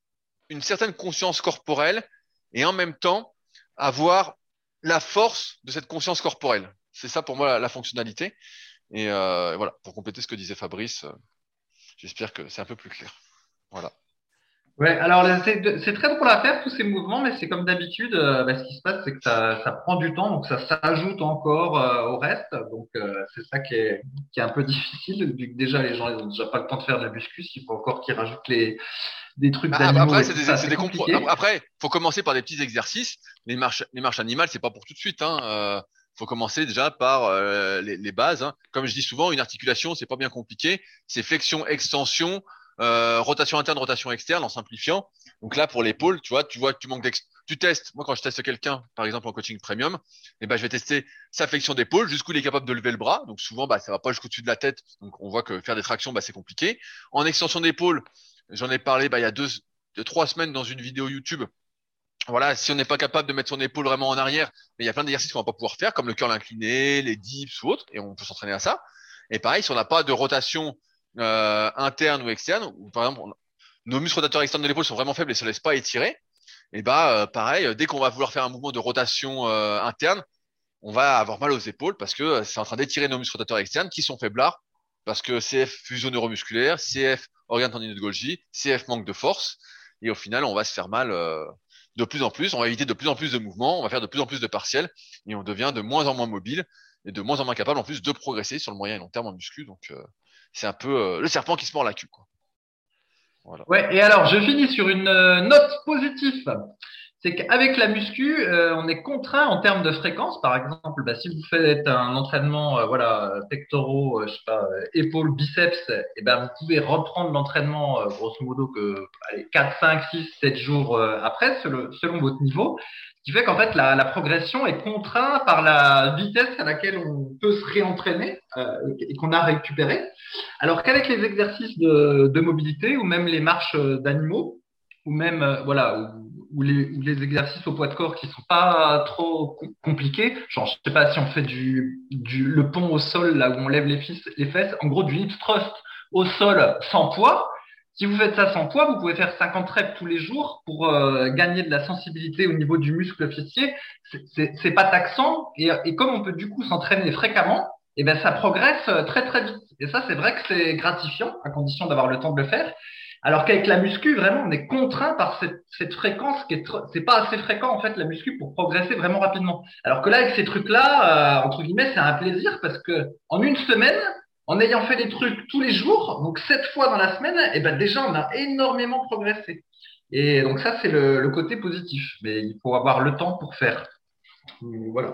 une certaine conscience corporelle et en même temps avoir la force de cette conscience corporelle. C'est ça pour moi la, la fonctionnalité. Et euh, voilà, pour compléter ce que disait Fabrice, euh, j'espère que c'est un peu plus clair. Voilà. Ouais, alors là, c'est c'est très drôle à faire tous ces mouvements, mais c'est comme d'habitude, euh, bah, ce qui se passe, c'est que ça, ça prend du temps, donc ça s'ajoute encore euh, au reste. Donc euh, c'est ça qui est, qui est un peu difficile, vu que déjà les gens ils ont déjà pas le temps de faire de la muscu, il faut encore qu'ils rajoutent les, des trucs Ah, d'animaux après, et c'est tout des, ça, c'est c'est des compro- compliqué. Après, faut commencer par des petits exercices. Les marches, les marches animales, c'est pas pour tout de suite. Hein. Euh, faut commencer déjà par euh, les, les bases. Hein. Comme je dis souvent, une articulation, c'est pas bien compliqué. C'est flexion, extension, euh, rotation interne, rotation externe, en simplifiant. Donc là, pour l'épaule, tu vois, tu vois que tu manques d'ex. Tu testes. Moi, quand je teste quelqu'un, par exemple en coaching premium, eh ben, je vais tester sa flexion d'épaule, jusqu'où il est capable de lever le bras. Donc souvent, bah, ça va pas jusqu'au-dessus de la tête. Donc on voit que faire des tractions, bah, c'est compliqué. En extension d'épaule, j'en ai parlé, bah, il y a deux, deux, trois semaines dans une vidéo YouTube. Voilà, si on n'est pas capable de mettre son épaule vraiment en arrière, mais il y a plein d'exercices qu'on va pas pouvoir faire, comme le curl incliné, les dips ou autres, et on peut s'entraîner à ça. Et pareil, si on n'a pas de rotation euh, interne ou externe, ou par exemple, on- nos muscles rotateurs externes de l'épaule sont vraiment faibles et se laissent pas étirer, et bah euh, pareil, euh, dès qu'on va vouloir faire un mouvement de rotation euh, interne, on va avoir mal aux épaules parce que euh, c'est en train d'étirer nos muscles rotateurs externes qui sont faiblards, parce que C F fuseau neuromusculaire, C F organe tendineux de Golgi, C F manque de force, et au final, on va se faire mal euh, de plus en plus, on va éviter de plus en plus de mouvements, on va faire de plus en plus de partiels, et on devient de moins en moins mobile, et de moins en moins capable en plus de progresser sur le moyen et long terme en muscu, donc euh, c'est un peu euh, le serpent qui se mord la queue, quoi. Voilà. Ouais, et alors je finis sur une euh, note positive. C'est qu'avec la muscu, euh, on est contraint en termes de fréquence. Par exemple, bah, si vous faites un entraînement, euh, voilà, pectoraux, euh, je sais pas, euh, épaules, biceps, et ben vous pouvez reprendre l'entraînement, euh, grosso modo, que allez, quatre, cinq, six, sept jours euh, après, selon, selon votre niveau. Ce qui fait qu'en fait, la, la progression est contrainte par la vitesse à laquelle on peut se réentraîner euh, et qu'on a récupéré. Alors qu'avec les exercices de, de mobilité ou même les marches euh, d'animaux, ou même euh, voilà ou, ou les, ou les exercices au poids de corps qui sont pas trop com- compliqués, genre je sais pas si on fait du, du le pont au sol là où on lève les, fis- les fesses, en gros du hip thrust au sol sans poids. Si vous faites ça sans poids, vous pouvez faire cinquante reps tous les jours pour euh, gagner de la sensibilité au niveau du muscle fessier. C'est c'est- c'est pas taxant et, et comme on peut du coup s'entraîner fréquemment, et ben ça progresse euh, très très vite. Et ça c'est vrai que c'est gratifiant à condition d'avoir le temps de le faire. Alors qu'avec la muscu, vraiment, on est contraint par cette, cette fréquence qui est, tr- c'est pas assez fréquent en fait la muscu pour progresser vraiment rapidement. Alors que là, avec ces trucs-là, euh, entre guillemets, c'est un plaisir parce que en une semaine, en ayant fait des trucs tous les jours, donc sept fois dans la semaine, et ben déjà, on a énormément progressé. Et donc ça, c'est le, le côté positif. Mais il faut avoir le temps pour faire. Voilà.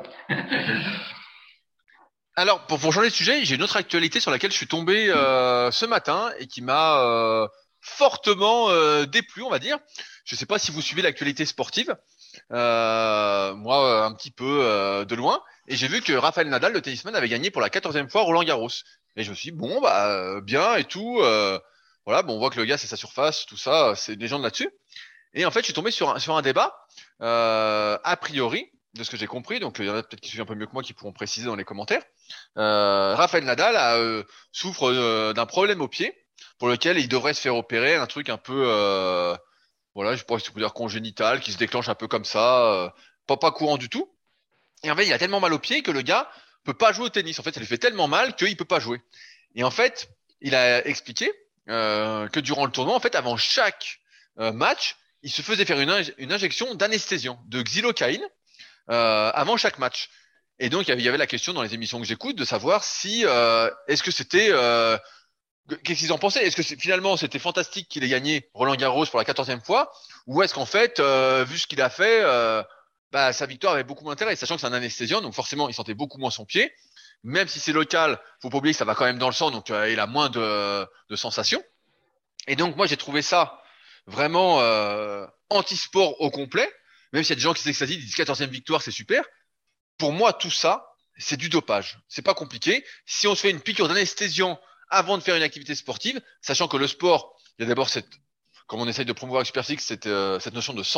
Alors, pour, pour changer de sujet, j'ai une autre actualité sur laquelle je suis tombé euh, ce matin et qui m'a euh, fortement euh, déplu, on va dire. Je ne sais pas si vous suivez l'actualité sportive, euh, moi un petit peu euh, de loin, et j'ai vu que Rafael Nadal, le tennisman, avait gagné pour la quatorzième fois Roland Garros. Et je me suis dit, bon, bah euh, bien et tout. Euh, voilà, bon, on voit que le gars, c'est sa surface, tout ça, c'est des gens de là-dessus. Et en fait, je suis tombé sur un, sur un débat, euh, a priori, de ce que j'ai compris, donc il y en a peut-être qui suivent un peu mieux que moi qui pourront préciser dans les commentaires. Euh, Rafael Nadal a, euh, souffre euh, d'un problème au pied pour lequel il devrait se faire opérer, un truc un peu, euh, voilà, je sais pas si tu peux dire congénital, qui se déclenche un peu comme ça, euh, pas, pas courant du tout. Et en fait, il a tellement mal au pied que le gars peut pas jouer au tennis. En fait, ça lui fait tellement mal qu'il peut pas jouer. Et en fait, il a expliqué euh, que durant le tournoi, en fait, avant chaque euh, match, il se faisait faire une, inj- une injection d'anesthésiant, de xylocaïne, euh, avant chaque match. Et donc, il y avait il y avait la question dans les émissions que j'écoute de savoir si, euh, est-ce que c'était, euh, qu'est-ce qu'ils en pensaient? Est-ce que c'est- finalement c'était fantastique qu'il ait gagné Roland Garros pour la quatorzième fois, ou est-ce qu'en fait, euh, vu ce qu'il a fait, euh, bah, sa victoire avait beaucoup moins d'intérêt, sachant que c'est un anesthésiant, donc forcément il sentait beaucoup moins son pied. Même si c'est local, faut pas oublier que ça va quand même dans le sang, donc euh, il a moins de, de sensations. Et donc moi j'ai trouvé ça vraiment euh, anti-sport au complet, même s'il y a des gens qui s'extasient, ils disent quatorzième victoire, c'est super. Pour moi, tout ça, c'est du dopage. C'est pas compliqué. Si on se fait une piqûre d'anesthésiant avant de faire une activité sportive, sachant que le sport, il y a d'abord cette, comme on essaye de promouvoir avec Superphysique, cette, euh, cette notion de santé.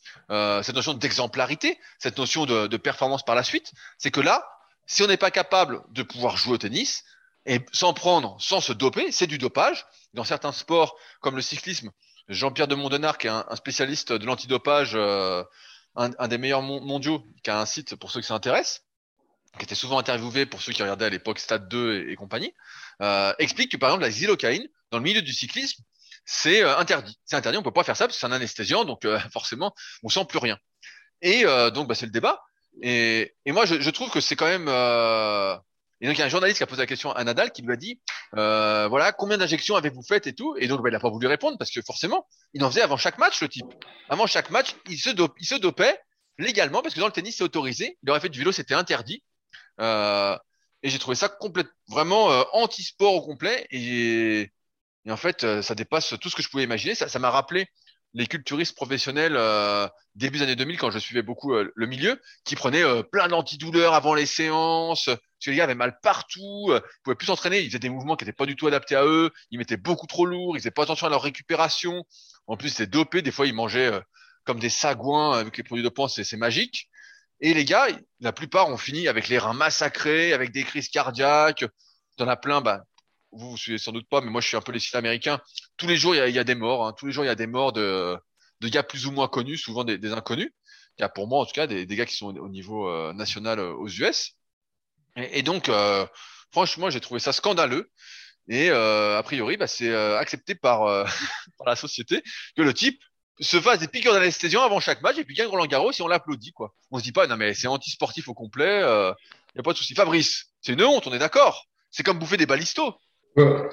euh, cette notion d'exemplarité, cette notion de, de performance par la suite. C'est que là, si on n'est pas capable de pouvoir jouer au tennis et sans prendre, sans se doper, c'est du dopage. Dans certains sports, comme le cyclisme, Jean-Pierre de Mondenard, qui est un, un spécialiste de l'antidopage, euh, un, un des meilleurs mon- mondiaux, qui a un site pour ceux qui s'intéressent, qui était souvent interviewé pour ceux qui regardaient à l'époque Stade deux et, et compagnie, euh, explique que par exemple la xylocaïne, dans le milieu du cyclisme, c'est euh, interdit. C'est interdit, on peut pas faire ça parce que c'est un anesthésiant, donc euh, forcément, on sent plus rien. Et euh, donc, bah, c'est le débat. Et, et moi, je, je trouve que c'est quand même. Euh... Et donc, il y a un journaliste qui a posé la question à Nadal qui lui a dit, euh, voilà, combien d'injections avez-vous faites et tout. Et donc, bah, il a pas voulu répondre parce que forcément, il en faisait avant chaque match, le type. Avant chaque match, il se, dope, il se dopait légalement parce que dans le tennis, c'est autorisé. Il aurait fait du vélo, c'était interdit. Euh, et j'ai trouvé ça complète, vraiment euh, anti-sport au complet. Et, et en fait, euh, ça dépasse tout ce que je pouvais imaginer. Ça, ça m'a rappelé les culturistes professionnels euh, début des années deux mille, quand je suivais beaucoup euh, le milieu, qui prenaient euh, plein d'antidouleurs avant les séances, parce que les gars avaient mal partout, euh, ils pouvaient plus s'entraîner, ils faisaient des mouvements qui n'étaient pas du tout adaptés à eux, ils mettaient beaucoup trop lourd, ils faisaient pas attention à leur récupération. En plus, c'était dopé, des fois ils mangeaient euh, comme des sagouins avec les produits dopants, c'est c'est magique. Et les gars, la plupart ont fini avec les reins massacrés, avec des crises cardiaques. T'en as plein, bah, vous vous suivez sans doute pas, mais moi je suis un peu les sites américains. Tous les jours, il y a, il y a des morts. Hein. Tous les jours, il y a des morts de, de gars plus ou moins connus, souvent des, des inconnus. Il y a pour moi, en tout cas, des, des gars qui sont au, au niveau euh, national euh, aux U S. Et, et donc, euh, franchement, j'ai trouvé ça scandaleux. Et euh, a priori, bah, c'est euh, accepté par, euh, par la société que le type se fasse des piqûres d'anesthésiant avant chaque match et puis gagne Roland Garros et on l'applaudit, quoi. On se dit pas, non mais c'est anti-sportif au complet, il euh, y a pas de souci. Fabrice, c'est une honte, on est d'accord. C'est comme bouffer des balistos. Ouais.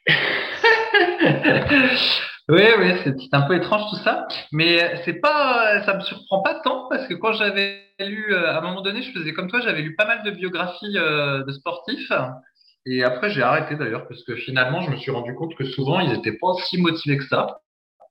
Oui, oui, c'est c'est un peu étrange tout ça, mais c'est pas, ça me surprend pas tant parce que quand j'avais lu, euh, à un moment donné, je faisais comme toi, j'avais lu pas mal de biographies euh, de sportifs et après j'ai arrêté d'ailleurs parce que finalement je me suis rendu compte que souvent ils étaient pas si motivés que ça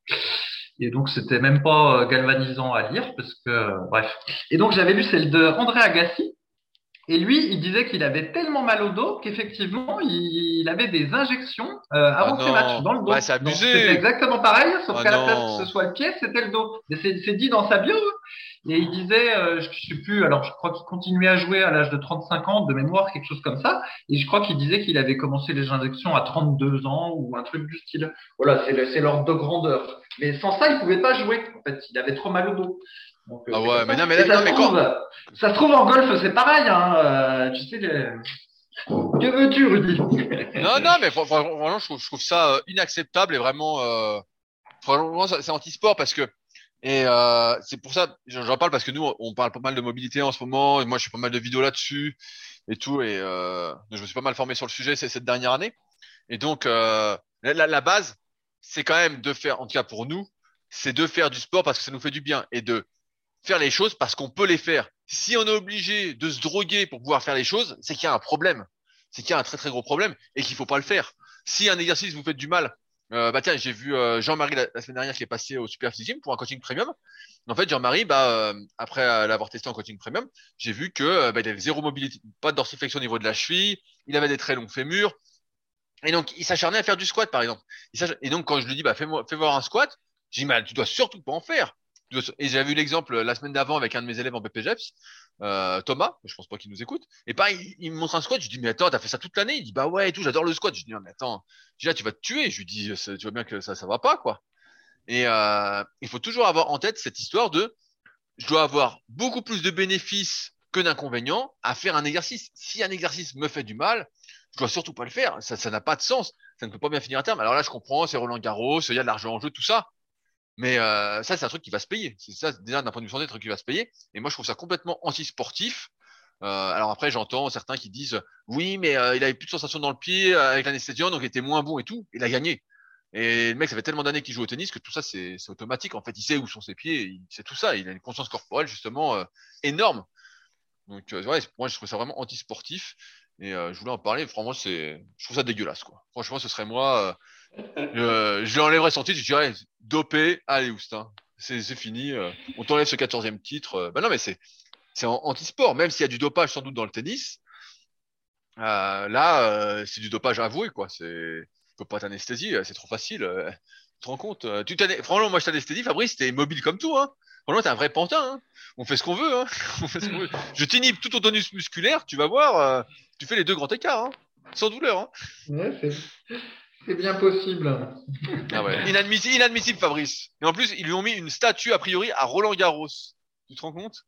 et donc c'était même pas euh, galvanisant à lire parce que euh, bref. Et donc j'avais lu celle de André Agassi. Et lui, il disait qu'il avait tellement mal au dos qu'effectivement, il, il avait des injections euh, Ah avant ses matchs non, dans le bah dos. c'est Donc c'était abusé. exactement pareil, sauf Ah qu'à la place que ce non. soit le pied, c'était le dos. Et c'est c'est dit dans sa bio. Hein. Et il disait, euh, je sais plus, alors je crois qu'il continuait à jouer à l'âge de trente-cinq ans, de mémoire, quelque chose comme ça. Et je crois qu'il disait qu'il avait commencé les injections à trente-deux ans ou un truc du style. Voilà, c'est le- c'est l'ordre de grandeur. Mais sans ça, il pouvait pas jouer. En fait, il avait trop mal au dos. Donc euh, Ah c'est ouais, comme mais ça. non, mais Et là- ça non, se mais quand. trouve, ça se trouve en golf, c'est pareil. Hein. Euh, tu sais, les... que veux-tu, Rudy? Non, non, mais fr- fr- vraiment, je trouve, je trouve ça euh, inacceptable et vraiment, euh, franchement, ça- c'est anti-sport parce que, et euh, c'est pour ça, j'en j'en parle parce que nous, on on parle pas mal de mobilité en ce moment, et moi, je fais pas mal de vidéos là-dessus et tout, et euh, je me suis pas mal formé sur le sujet ces- cette dernière année. Et donc, euh, la, la la base, c'est quand même de faire, en tout cas pour nous, c'est de faire du sport parce que ça nous fait du bien et de faire les choses parce qu'on peut les faire. Si on est obligé de se droguer pour pouvoir faire les choses, c'est qu'il y a un problème. C'est qu'il y a un très très gros problème et qu'il faut pas le faire. Si un exercice vous fait du mal, euh, bah tiens, j'ai vu euh, Jean-Marie la, la semaine dernière qui est passé au Super Physique Gym pour un coaching premium. En fait, Jean-Marie, bah euh, après euh, l'avoir testé en coaching premium, j'ai vu que euh, bah, il avait zéro mobilité, pas de dorsiflexion au niveau de la cheville, il avait des très longs fémurs et donc il s'acharnait à faire du squat par exemple. Il s'ach- Et donc quand je lui dis bah fais-moi fais voir un squat, j'ai dit mais tu dois surtout pas en faire. Tu dois- Et j'avais vu l'exemple euh, la semaine d'avant avec un de mes élèves en B P G E P S, euh, Thomas, je pense pas qu'il nous écoute. Et pareil, il, il me montre un squat, je lui dis mais attends, t'as fait ça toute l'année? Il dit bah ouais et tout, j'adore le squat. Je lui dis non mais attends, déjà tu vas te tuer. Je lui dis ça- tu vois bien que ça ça va pas quoi. Et euh, il faut toujours avoir en tête cette histoire de je dois avoir beaucoup plus de bénéfices que d'inconvénients à faire un exercice. Si un exercice me fait du mal, je dois surtout pas le faire. Ça, ça n'a pas de sens. Ça ne peut pas bien finir à terme. Alors là, je comprends, c'est Roland Garros, il y a de l'argent en jeu, tout ça. Mais euh, ça, c'est un truc qui va se payer. C'est ça, déjà, d'un point de vue santé, un truc qui va se payer. Et moi, je trouve ça complètement anti-sportif. Euh, alors après, j'entends certains qui disent, oui, mais euh, il avait plus de sensations dans le pied euh, avec l'anesthésiant, donc il était moins bon et tout. Il a gagné. Et le mec, ça fait tellement d'années qu'il joue au tennis que tout ça, c'est c'est automatique. En fait, il sait où sont ses pieds, il sait tout ça. Il a une conscience corporelle, justement, euh, énorme. Donc, euh, ouais, moi, je trouve ça vraiment anti-sportif. Et euh, je voulais en parler. Franchement, c'est, je trouve ça dégueulasse, quoi. Franchement, ce serait moi. Euh, je, je lui enlèverais son titre. Je dirais, dopé, allez, Oustin. C'est c'est fini. euh, on t'enlève ce quatorzième titre. Euh, ben non, mais c'est c'est en- anti-sport. Même s'il y a du dopage, sans doute, dans le tennis. Euh, là, euh, c'est du dopage avoué, quoi. C'est, faut pas t'anesthésier. euh, C'est trop facile. euh, Tu te rends compte? euh, Tu t'ané- Franchement, moi, je t'anesthésie, Fabrice, t'es mobile comme tout, hein. Franchement, t'es un vrai pantin, hein. On fait ce qu'on veut, hein. On fait ce qu'on veut. Je t'inhibe tout ton tonus musculaire, tu vas voir, euh, tu fais les deux grands écarts, hein. Sans douleur, hein. Ouais, c'est, c'est bien possible. Ah ouais. Inadmissible, inadmissible, Fabrice. Et en plus, ils lui ont mis une statue, a priori, à Roland Garros. Tu te rends compte?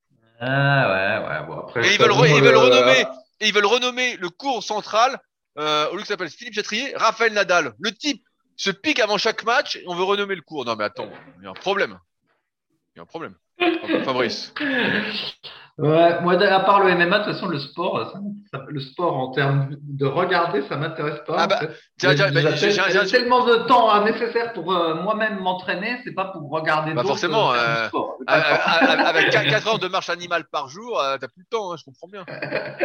Ah ouais, ouais, bon après, Et je ils veulent, re- t'avoue, ils veulent euh, renommer, et ils veulent renommer le cours central, euh, au lieu que ça s'appelle Philippe Chatrier, Raphaël Nadal. Le type se pique avant chaque match et on veut renommer le cours. Non mais attends, il y a un problème. Il y a un problème. Fabrice. ouais, moi, à part le M M A, de toute façon, le sport, ça- ça- le sport en termes de regarder, ça m'intéresse pas Ah en bah, fait. tiens, J'ai tiens, bah, déjà j'ai, tel- j'ai, j'ai j'ai- tellement de temps hein, nécessaire pour euh, moi-même m'entraîner, c'est pas pour regarder bah d'autres euh, forcément, faire du euh, sport. J'ai à- pas le temps. à- à- avec quatre heures de marche animale par jour, euh, t'as plus le temps, hein, je comprends bien.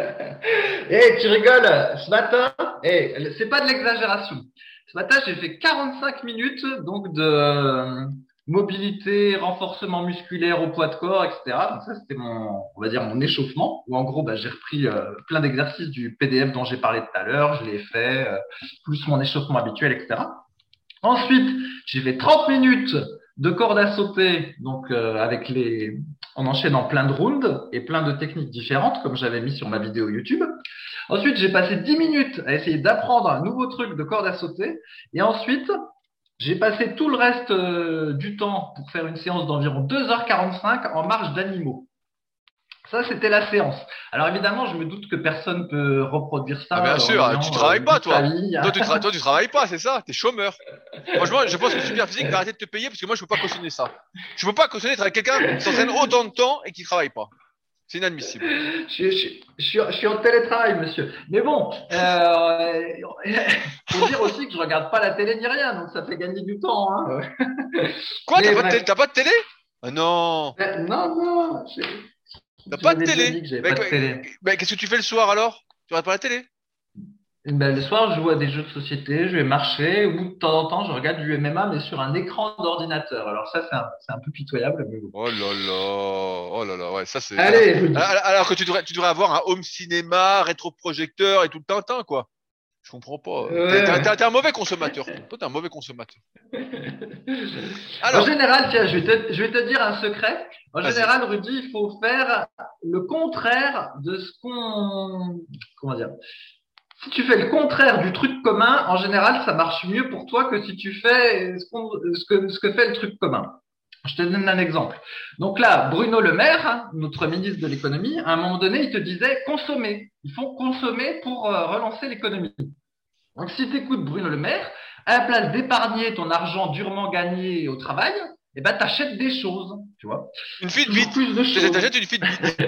Eh, tu rigoles, ce matin, eh, c'est pas de l'exagération. Ce matin, j'ai fait quarante-cinq minutes donc de euh, mobilité, renforcement musculaire au poids de corps, et cetera. Donc ça, c'était mon, on va dire mon échauffement. Où en gros, bah, j'ai repris euh, plein d'exercices du P D F dont j'ai parlé tout à l'heure. Je l'ai fait, euh, plus mon échauffement habituel, et cetera. Ensuite, j'ai fait trente minutes de corde à sauter, donc euh, avec les, en enchaînant plein de rounds et plein de techniques différentes, comme j'avais mis sur ma vidéo YouTube. Ensuite, j'ai passé dix minutes à essayer d'apprendre un nouveau truc de corde à sauter. Et ensuite, j'ai passé tout le reste euh, du temps pour faire une séance d'environ deux heures quarante-cinq en marche d'animaux. Ça, c'était la séance. Alors évidemment, je me doute que personne peut reproduire ça Ah bien en sûr, ayant tu euh, travailles pas toute sa toi. vie. Toi tu, tra- toi tu travailles pas, c'est ça, t'es chômeur. Franchement, je pense que Superphysique va arrêter de te payer parce que moi je peux pas cautionner ça. Je peux pas cautionner d'être avec quelqu'un qui s'entraîne autant de temps et qui travaille pas. C'est inadmissible. Je, suis- je, suis- je, suis, je suis en télétravail, monsieur. Mais bon, euh, faut dire aussi que je regarde pas la télé ni rien, donc ça fait gagner du temps. Hein. Quoi, Mais t'as pas, de bref. télé- t'as pas de télé? Ah non, Euh, Non, non, j'ai- t'as je pas de l'avais déjà télé. dit que j'avais Mais, pas de télé. mais qu'est-ce que tu fais le soir alors? Tu regardes pas la télé? Et ben, le soir, je joue à des jeux de société, je vais marcher, ou de temps en temps, je regarde du M M A, mais sur un écran d'ordinateur. Alors ça, c'est un, c'est un peu pitoyable, mais bon. Oh là là, oh là là, ouais, ça c'est. Allez, Alors, alors que tu devrais, tu devrais avoir un home cinéma, rétroprojecteur et tout le tintin, quoi. Je comprends pas. Ouais, T'es, t'es- ouais. t'es- t'es un mauvais consommateur. Toi, Toi, t'es un mauvais consommateur. En Alors, général, tiens, je vais te, je vais te dire un secret. En vas-y. général, Rudy, il faut faire le contraire de ce qu'on, comment dire. Si tu fais le contraire du truc commun, en général, ça marche mieux pour toi que si tu fais ce, qu'on- ce que, ce que fait le truc commun. Je te donne un exemple. Donc là, Bruno Le Maire, hein, notre ministre de l'économie, à un moment donné, il te disait consommer. Il faut consommer pour euh, relancer l'économie. Donc si tu écoutes Bruno Le Maire, à la place d'épargner ton argent durement gagné au travail, eh ben, t'achètes des choses, tu vois. Une fille de Toujours vite. plus de choses. T'achètes une fille de vite.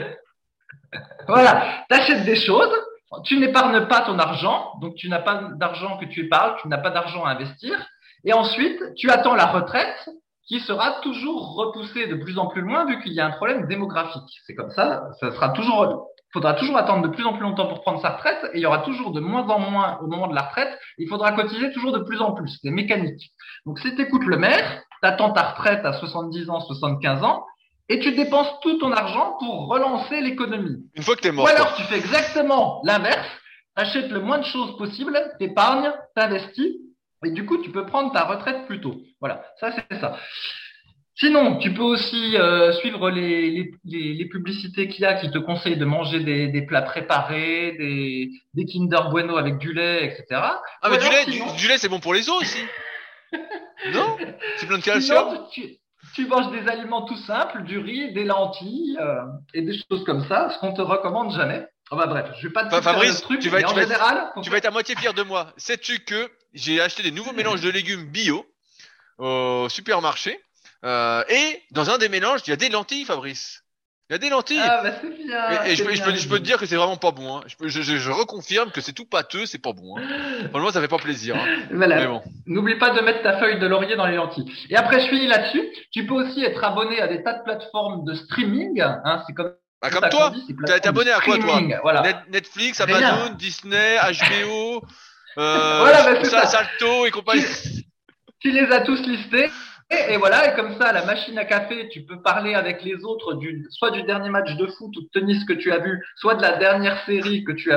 Voilà, t'achètes des choses, tu n'épargnes pas ton argent, donc tu n'as pas d'argent que tu épargnes, tu n'as pas d'argent à investir, et ensuite tu attends la retraite qui sera toujours repoussée de plus en plus loin vu qu'il y a un problème démographique. C'est comme ça, ça sera toujours, faudra toujours attendre de plus en plus longtemps pour prendre sa retraite, et il y aura toujours de moins en moins au moment de la retraite, il faudra cotiser toujours de plus en plus, c'est mécanique. Donc si tu écoutes le maire, t'attends ta retraite à soixante-dix ans, soixante-quinze ans, et tu dépenses tout ton argent pour relancer l'économie. Une fois que t'es mort. Ou alors quoi. tu fais exactement l'inverse, achètes le moins de choses possible, t'épargnes, t'investis, et du coup tu peux prendre ta retraite plus tôt. Voilà, ça c'est ça. Sinon, tu peux aussi euh, suivre les, les, les, les publicités qu'il y a qui te conseillent de manger des, des plats préparés, des, des Kinder Bueno avec du lait, et cetera. Ah Ou mais du alors, lait, sinon, du, du lait c'est bon pour les os aussi. Non? C'est plein de calcium. sinon, tu, tu manges des aliments tout simples, du riz, des lentilles euh, et des choses comme ça, ce qu'on te recommande jamais. Enfin bref, je vais pas te Fa- faire Fabrice, le truc, tu vas mais être- en tu vas être- général, faut Tu vas être à moitié fier de moi. Sais-tu que j'ai acheté des nouveaux mélanges de légumes bio au supermarché euh, et dans un des mélanges il y a des lentilles, Fabrice. Il y a des lentilles. Ah bah c'est bien. Et, et je, c'est peux, je, bien, peux, je peux te dire que c'est vraiment pas bon. Hein. Je, peux- je, je, je reconfirme que c'est tout pâteux, c'est pas bon. Hein. Franchement, ça fait pas plaisir. Hein. Voilà. Mais bon. N'oublie pas de mettre ta feuille de laurier dans les lentilles. Et après, je finis là-dessus. Tu peux aussi être abonné à des tas de plateformes de streaming. Hein, c'est comme Ah, ça comme qu'on toi, dit, ces t'es plateformes t'es abonné de à quoi toi? streaming. Voilà. Net- Netflix, Très Amazon, bien. Disney, H B O, euh, Voilà, bah, c'est Sa- ça. Salto et compagnie. Tu les as tous listés. Et, et voilà, et comme ça, à la machine à café, tu peux parler avec les autres du, soit du dernier match de foot ou de tennis que tu as vu, soit de la dernière série que tu as vue.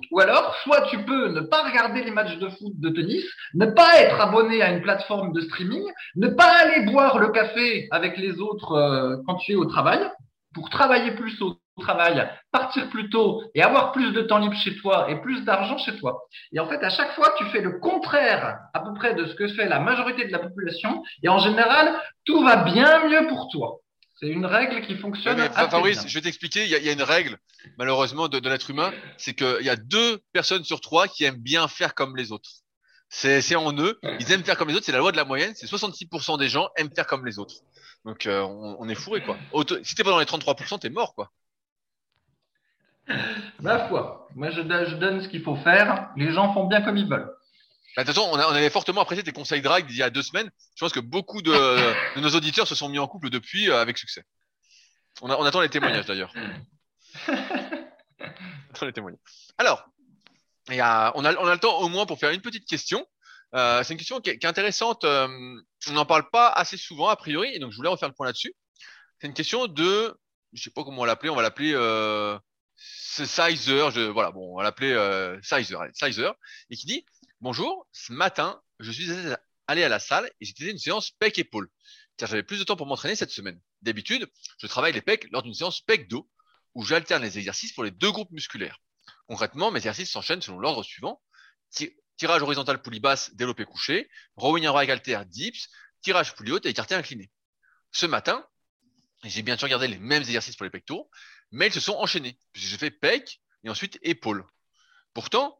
Ou alors, soit tu peux ne pas regarder les matchs de foot, de tennis, ne pas être abonné à une plateforme de streaming, ne pas aller boire le café avec les autres euh, quand tu es au travail, pour travailler plus au travail, partir plus tôt et avoir plus de temps libre chez toi et plus d'argent chez toi. Et en fait, à chaque fois, tu fais le contraire à peu près de ce que fait la majorité de la population. Et en général, tout va bien mieux pour toi. C'est une règle qui fonctionne Ouais, mais assez Fabrice, bien. je vais t'expliquer, il y a, il y a une règle, malheureusement, de, de l'être humain, c'est qu'il y a deux personnes sur trois qui aiment bien faire comme les autres. C'est, c'est en eux, ils aiment faire comme les autres, c'est la loi de la moyenne, c'est soixante-six pour cent des gens aiment faire comme les autres. Donc euh, on, on est fourré, quoi. Auto- si t'es pas dans les trente-trois pour cent, t'es mort, quoi. Ma foi, moi je, do- je donne ce qu'il faut faire, les gens font bien comme ils veulent. Bah, de toute façon, on, a- on avait fortement apprécié tes conseils drague d'il y a deux semaines. Je pense que beaucoup de, de nos auditeurs se sont mis en couple depuis euh, avec succès. On, a- on attend les témoignages d'ailleurs. On attend les témoignages. Alors, il y a- on a, on a le temps au moins pour faire une petite question. Euh, c'est une question qui est, qui est intéressante. euh, on n'en parle pas assez souvent a priori, et donc je voulais refaire le point là-dessus. C'est une question de, je sais pas comment on va l'appeler, on va l'appeler euh, Sizer. Je, voilà, bon, on va l'appeler euh, Sizer, allez, Sizer, et qui dit, bonjour, ce matin, je suis allé à la salle et j'ai fait une séance pec-épaule, car j'avais plus de temps pour m'entraîner cette semaine. D'habitude, je travaille les pecs lors d'une séance pec-dos, où j'alterne les exercices pour les deux groupes musculaires. Concrètement, mes exercices s'enchaînent selon l'ordre suivant: Ti- tirage horizontal poulie basse, développé couché, rowing en halter, dips, tirage poulie haute et écarté incliné. Ce matin, j'ai bien sûr gardé les mêmes exercices pour les pectoraux, mais ils se sont enchaînés, puisque j'ai fait pec et ensuite épaule. Pourtant,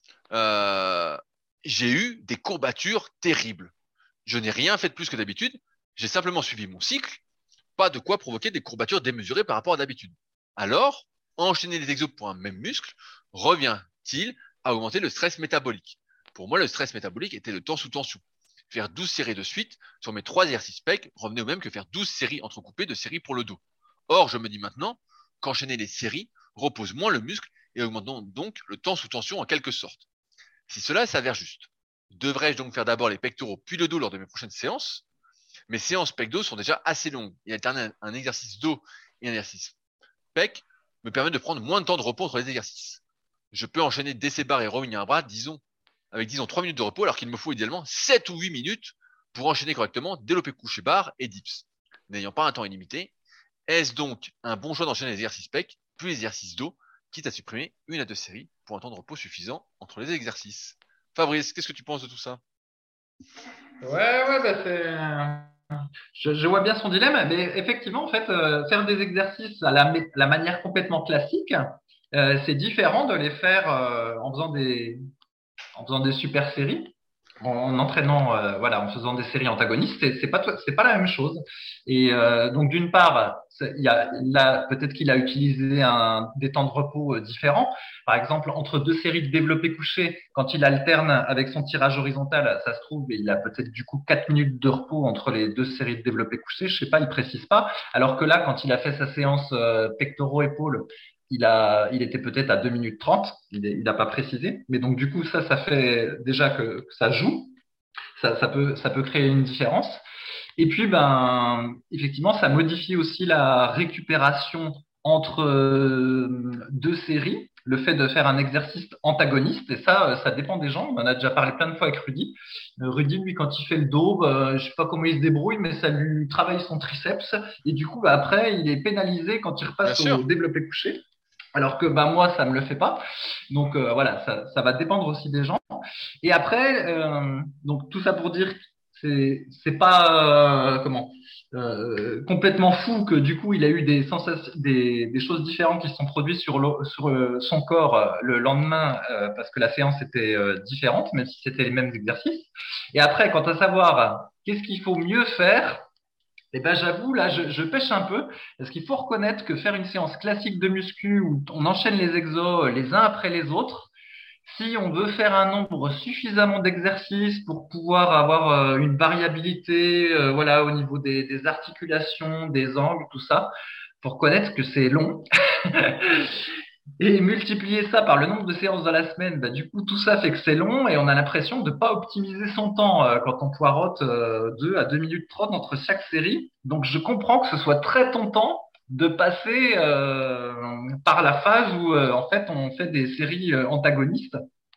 euh, j'ai eu des courbatures terribles. Je n'ai rien fait de plus que d'habitude, j'ai simplement suivi mon cycle, pas de quoi provoquer des courbatures démesurées par rapport à d'habitude. Alors, enchaîner les exos pour un même muscle revient-il à augmenter le stress métabolique? Pour moi, le stress métabolique était le temps sous tension. Faire douze séries de suite sur mes trois exercices pec revenait au même que faire douze séries entrecoupées de séries pour le dos. Or, je me dis maintenant qu'enchaîner les séries repose moins le muscle et augmente donc le temps sous tension en quelque sorte. Si cela s'avère juste, devrais-je donc faire d'abord les pectoraux puis le dos lors de mes prochaines séances? Mes séances pec dos sont déjà assez longues et alterner un, un exercice dos et un exercice pec me permet de prendre moins de temps de repos entre les exercices. Je peux enchaîner D C bar et rowing à un bras, disons, avec disons trois minutes de repos, alors qu'il me faut idéalement sept ou huit minutes pour enchaîner correctement développé couché barre et dips. N'ayant pas un temps illimité, est-ce donc un bon choix d'enchaîner les exercices pec puis les exercices dos, quitte à supprimer une à deux séries pour un temps de repos suffisant entre les exercices? Fabrice, qu'est-ce que tu penses de tout ça? Ouais, ouais, bah c'est. Je, je vois bien son dilemme, mais effectivement, en fait, euh, faire des exercices à la, la manière complètement classique, euh, c'est différent de les faire euh, en faisant des, en faisant des super séries, en, en entraînant, euh, voilà, en faisant des séries antagonistes, c'est c'est pas tout- c'est pas la même chose. Et euh, donc d'une part, c'est- il y a là peut-être qu'il a utilisé un, des temps de repos euh, différents. Par exemple, entre deux séries de développé couché, quand il alterne avec son tirage horizontal, ça se trouve, il a peut-être du coup quatre minutes de repos entre les deux séries de développé couché. Je sais pas, il précise pas. Alors que là, quand il a fait sa séance euh, pectoraux épaules, il a, il était peut-être à deux minutes trente. Il est- il n'a pas précisé. Mais donc, du coup, ça, ça fait déjà que, que ça joue. Ça, ça peut, ça peut créer une différence. Et puis, ben, effectivement, ça modifie aussi la récupération entre euh, deux séries. Le fait de faire un exercice antagoniste, et ça, euh, ça dépend des gens. On en a déjà parlé plein de fois avec Rudy. Euh, Rudy, lui, quand il fait le dos, euh, je sais pas comment il se débrouille, mais ça lui travaille son triceps. Et du coup, bah, après, il est pénalisé quand il Bien repasse au sûr. développé couché. Alors que bah, moi, ça me le fait pas. Donc euh, voilà, ça, ça va dépendre aussi des gens. Et après, euh, donc tout ça pour dire que c'est c'est pas euh, comment euh, complètement fou que du coup il a eu des sensations, des, des choses différentes qui se sont produites sur, le- sur euh, son corps euh, le lendemain euh, parce que la séance était euh, différente, même si c'était les mêmes exercices. Et après, quant à savoir qu'est-ce qu'il faut mieux faire, eh ben, j'avoue, là, je, je pêche un peu, parce qu'il faut reconnaître que faire une séance classique de muscu où on enchaîne les exos les uns après les autres, si on veut faire un nombre suffisamment d'exercices pour pouvoir avoir euh, une variabilité, euh, voilà, au niveau des, des articulations, des angles, tout ça, faut reconnaître que c'est long. Et multiplier ça par le nombre de séances dans la semaine, bah, du coup, tout ça fait que c'est long et on a l'impression de ne pas optimiser son temps euh, quand on poirote euh, deux à deux minutes trente entre chaque série. Donc, je comprends que ce soit très tentant de passer euh, par la phase où euh, en fait on fait des séries euh, antagonistes.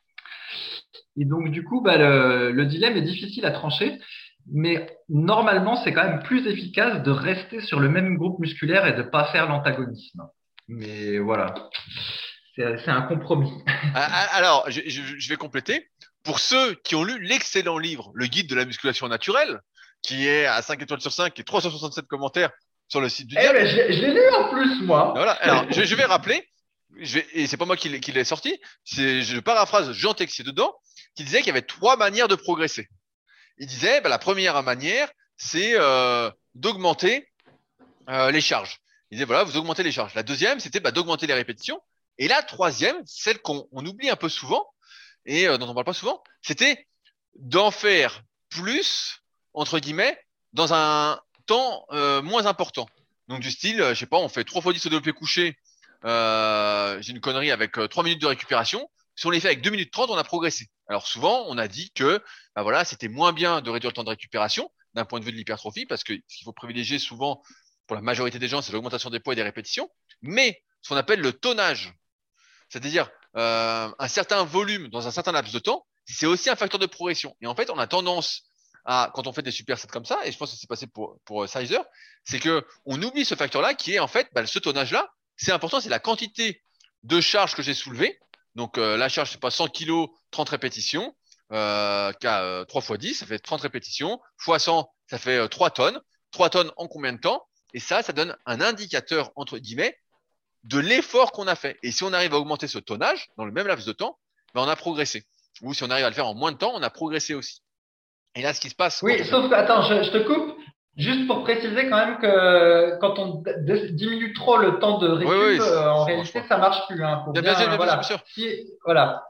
Et donc du coup, bah, le, le dilemme est difficile à trancher, mais normalement c'est quand même plus efficace de rester sur le même groupe musculaire et de pas faire l'antagonisme. Mais voilà, c'est c'est un compromis. Ah, ah, Alors, je, je, je vais compléter. Pour ceux qui ont lu l'excellent livre, Le guide de la musculation naturelle, qui est à cinq étoiles sur cinq et trois cent soixante-sept commentaires sur le site du Eh Diable. ben, je, l'ai- je l'ai lu en plus moi. Voilà. Alors, je, je vais rappeler, je vais, et c'est pas moi qui l'ai qui l'ai sorti, c'est, je paraphrase Jean Texier dedans, qui disait qu'il y avait trois manières de progresser. Il disait, bah, la première manière, c'est euh, d'augmenter euh, les charges. Il disait, voilà, vous augmentez les charges. La deuxième, c'était bah, d'augmenter les répétitions. Et la troisième, celle qu'on on oublie un peu souvent, et euh, dont on parle pas souvent, c'était d'en faire plus, entre guillemets, dans un temps euh, moins important. Donc du style, euh, je sais pas, on fait trois fois dix au développé couché, euh, j'ai une connerie avec euh, trois minutes de récupération. Si on les fait avec deux minutes trente, on a progressé. Alors souvent, on a dit que bah voilà, c'était moins bien de réduire le temps de récupération d'un point de vue de l'hypertrophie, parce que ce qu'il faut privilégier souvent pour la majorité des gens, c'est l'augmentation des poids et des répétitions, mais ce qu'on appelle le tonnage, c'est-à-dire euh, un certain volume dans un certain laps de temps, c'est aussi un facteur de progression. Et en fait, on a tendance à, quand on fait des supersets comme ça, et je pense que c'est passé pour, pour euh, Sizer, c'est que on oublie ce facteur-là qui est en fait bah, ce tonnage-là. C'est important, c'est la quantité de charge que j'ai soulevée. Donc euh, la charge, c'est pas cent kilos, trente répétitions, euh, qu'à euh, trois fois dix, ça fait trente répétitions, fois cent, ça fait euh, trois tonnes. trois tonnes en combien de temps? Et ça, ça donne un indicateur, entre guillemets, de l'effort qu'on a fait. Et si on arrive à augmenter ce tonnage dans le même laps de temps, ben on a progressé. Ou si on arrive à le faire en moins de temps, on a progressé aussi. Et là, ce qui se passe quand Oui, on fait... sauf que, attends, je, je te coupe. Juste pour préciser quand même que quand on d- diminue trop le temps de Oui, récup, oui, euh, en ça marche réalité, pas. ça marche plus. Hein. Faut Bien, bien sûr, bien, bien, sûr, bien voilà. sûr. Si, voilà.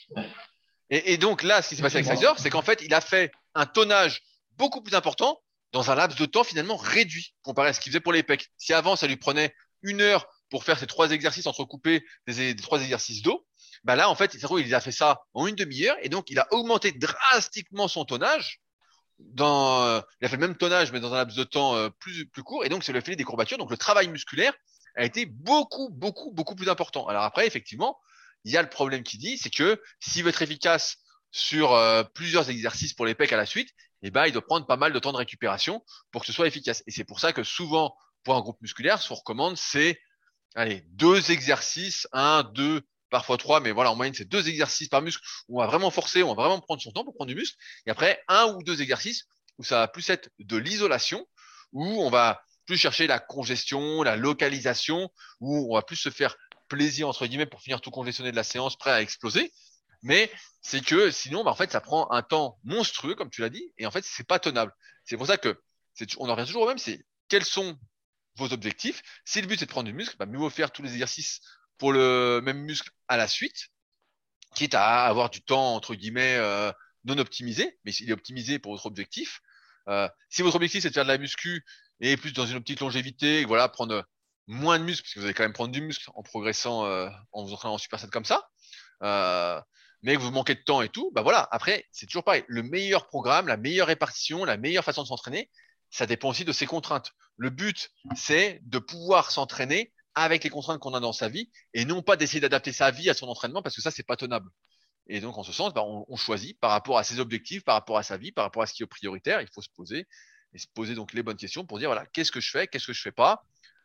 Et, et donc là, ce qui s'est passé avec Excuse-moi. Sizer, c'est qu'en fait, il a fait un tonnage beaucoup plus important dans un laps de temps finalement réduit comparé à ce qu'il faisait pour les pecs. Si avant, ça lui prenait une heure pour faire ces trois exercices entrecoupés des, des trois exercices d'eau, bah là, en fait, il a fait ça en une demi-heure et donc il a augmenté drastiquement son tonnage dans, euh, il a fait le même tonnage, mais dans un laps de temps euh, plus, plus court, et donc ça lui a fait des courbatures. Donc le travail musculaire a été beaucoup, beaucoup, beaucoup plus important. Alors après, effectivement, il y a le problème qui dit, c'est que s'il veut être efficace sur euh, plusieurs exercices pour les pecs à la suite, eh ben, il doit prendre pas mal de temps de récupération pour que ce soit efficace. Et c'est pour ça que souvent, pour un groupe musculaire, ce qu'on recommande, c'est allez, deux exercices, un, deux, parfois trois, mais voilà, en moyenne, c'est deux exercices par muscle où on va vraiment forcer, on va vraiment prendre son temps pour prendre du muscle. Et après, un ou deux exercices où ça va plus être de l'isolation, où on va plus chercher la congestion, la localisation, où on va plus se faire plaisir, entre guillemets, pour finir tout congestionné de la séance, prêt à exploser. Mais c'est que sinon, bah, en fait, ça prend un temps monstrueux, comme tu l'as dit, et en fait, c'est pas tenable. C'est pour ça que c'est, on en revient toujours au même, c'est quels sont vos objectifs. Si le but c'est de prendre du muscle, bah, mieux vaut faire tous les exercices pour le même muscle à la suite, quitte à avoir du temps entre guillemets euh, non optimisé, mais il est optimisé pour votre objectif. Euh, si votre objectif c'est de faire de la muscu et plus dans une optique longévité, voilà, prendre moins de muscle, parce que vous allez quand même prendre du muscle en progressant, euh, en vous entraînant en superset comme ça, euh, mais que vous manquez de temps et tout, bah voilà. Après, c'est toujours pareil. Le meilleur programme, la meilleure répartition, la meilleure façon de s'entraîner, ça dépend aussi de ses contraintes. Le but, c'est de pouvoir s'entraîner avec les contraintes qu'on a dans sa vie et non pas d'essayer d'adapter sa vie à son entraînement parce que ça, c'est pas tenable. Et donc, en ce sens, bah, on, on choisit par rapport à ses objectifs, par rapport à sa vie, par rapport à ce qui est prioritaire. Il faut se poser et se poser donc les bonnes questions pour dire voilà, qu'est-ce que je fais, qu'est-ce que je fais pas.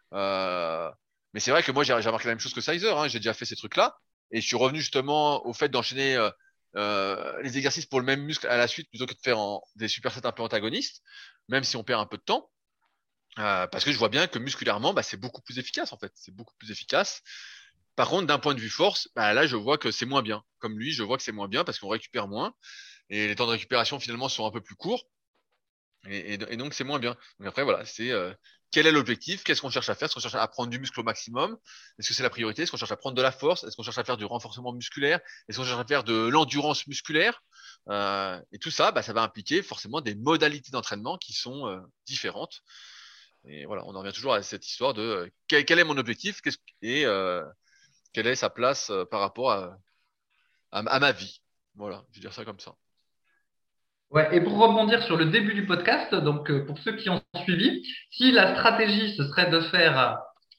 Euh, mais c'est vrai que moi, j'ai remarqué la même chose que Sizer. Hein, j'ai déjà fait ces trucs-là et je suis revenu justement au fait d'enchaîner euh, euh, les exercices pour le même muscle à la suite plutôt que de faire en, des supersets un peu antagonistes, même si on perd un peu de temps. Euh, parce que je vois bien que musculairement, bah, c'est beaucoup plus efficace en fait. C'est beaucoup plus efficace. Par contre, d'un point de vue force, bah, là, je vois que c'est moins bien. Comme lui, je vois que c'est moins bien parce qu'on récupère moins et les temps de récupération finalement sont un peu plus courts et, et, et donc c'est moins bien. Donc après, voilà, c'est euh, quel est l'objectif? Qu'est-ce qu'on cherche à faire? Est-ce qu'on cherche à prendre du muscle au maximum? Est-ce que c'est la priorité? Est-ce qu'on cherche à prendre de la force? Est-ce qu'on cherche à faire du renforcement musculaire? Est-ce qu'on cherche à faire de l'endurance musculaire? Euh, et tout ça, bah, ça va impliquer forcément des modalités d'entraînement qui sont euh, différentes. Et voilà, on en revient toujours à cette histoire de euh, quel, quel est mon objectif qu'est-ce, et euh, quelle est sa place euh, par rapport à, à, à ma vie. Voilà, je vais dire ça comme ça. Ouais, et pour rebondir sur le début du podcast, donc euh, pour ceux qui ont suivi, si la stratégie ce serait de faire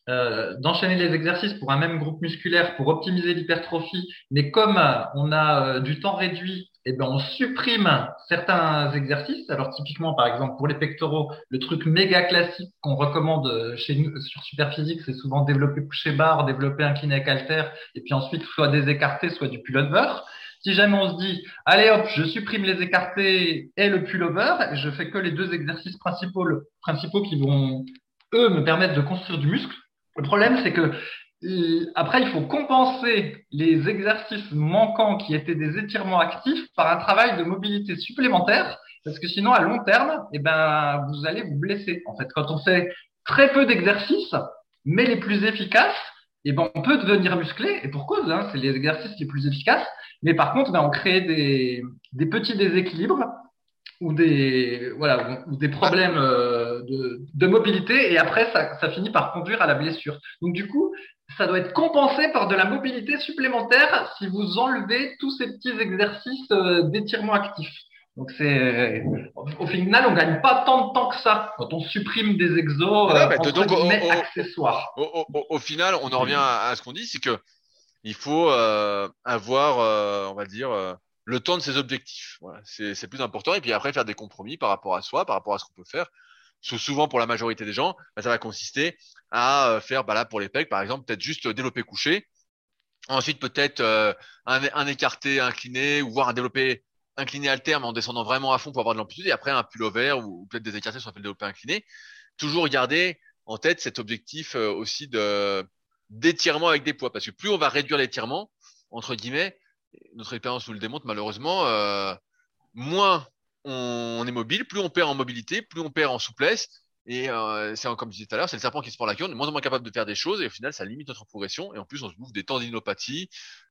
euh, d'enchaîner les exercices pour un même groupe musculaire pour optimiser l'hypertrophie, mais comme euh, on a euh, du temps réduit, eh ben on supprime certains exercices. Alors typiquement, par exemple, pour les pectoraux, le truc méga classique qu'on recommande euh, chez nous sur Superphysique, c'est souvent développer couché barre, développer incliné avec haltère, et puis ensuite soit des écartés, soit du pullover. Si jamais on se dit, allez hop, je supprime les écartés et le pullover, et je fais que les deux exercices principaux, principaux qui vont, eux, me permettre de construire du muscle. Le problème, c'est que euh, après, il faut compenser les exercices manquants qui étaient des étirements actifs par un travail de mobilité supplémentaire, parce que sinon, à long terme, eh ben, vous allez vous blesser. En fait, quand on fait très peu d'exercices, mais les plus efficaces, eh ben, on peut devenir musclé, et pour cause, hein, c'est les exercices les plus efficaces, mais par contre, ben, on crée des, des petits déséquilibres ou des voilà ou des problèmes euh, de, de mobilité et après ça, ça finit par conduire à la blessure. Donc du coup, ça doit être compensé par de la mobilité supplémentaire si vous enlevez tous ces petits exercices euh, d'étirement actif. Donc c'est au final on gagne pas tant de temps que ça quand on supprime des exos Non, euh, mais entre donc, au, guillemets au, accessoires. au, au, au final, on en revient à, à ce qu'on dit, c'est que il faut euh, avoir, euh, on va dire, euh, le temps de ses objectifs. Voilà, c'est c'est plus important. Et puis après, faire des compromis par rapport à soi, par rapport à ce qu'on peut faire. Sou- Souvent, pour la majorité des gens, bah, ça va consister à euh, faire, bah là, pour les pecs, par exemple, peut-être juste développer couché. Ensuite, peut-être euh, un, un écarté incliné ou voire un développé incliné haltère, mais en descendant vraiment à fond pour avoir de l'amplitude. Et après, un pullover ou, ou peut-être des écartés sur le développé incliné. Toujours garder en tête cet objectif euh, aussi de d'étirement avec des poids, parce que plus on va réduire l'étirement, entre guillemets, notre expérience nous le démontre malheureusement, euh, moins on est mobile, plus on perd en mobilité, plus on perd en souplesse. Et euh, c'est comme je disais tout à l'heure, c'est le serpent qui se prend la queue, on est de moins en moins capable de faire des choses et au final ça limite notre progression et en plus on se bouffe des tendinopathies,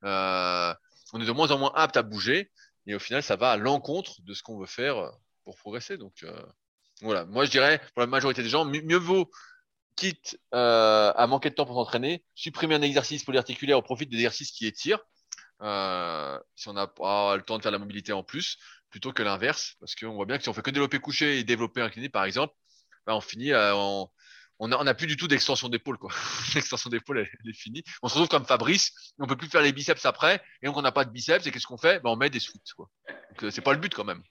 euh, on est de moins en moins apte à bouger et au final ça va à l'encontre de ce qu'on veut faire pour progresser. Donc euh, voilà, moi je dirais pour la majorité des gens, mieux, mieux vaut quitte euh, à manquer de temps pour s'entraîner, supprimer un exercice polyarticulaire au profit d'exercices qui étirent, euh, si on n'a pas le temps de faire la mobilité en plus, plutôt que l'inverse, parce qu'on voit bien que si on fait que développer couché et développer incliné, par exemple, bah, on finit, euh, en- on a, on a plus du tout d'extension d'épaule, quoi. L'extension d'épaule, elle, elle est finie. On se retrouve comme Fabrice, on peut plus faire les biceps après, et donc on n'a pas de biceps, et qu'est-ce qu'on fait? Bah, on met des sweats, quoi. Donc euh, c'est pas le but quand même.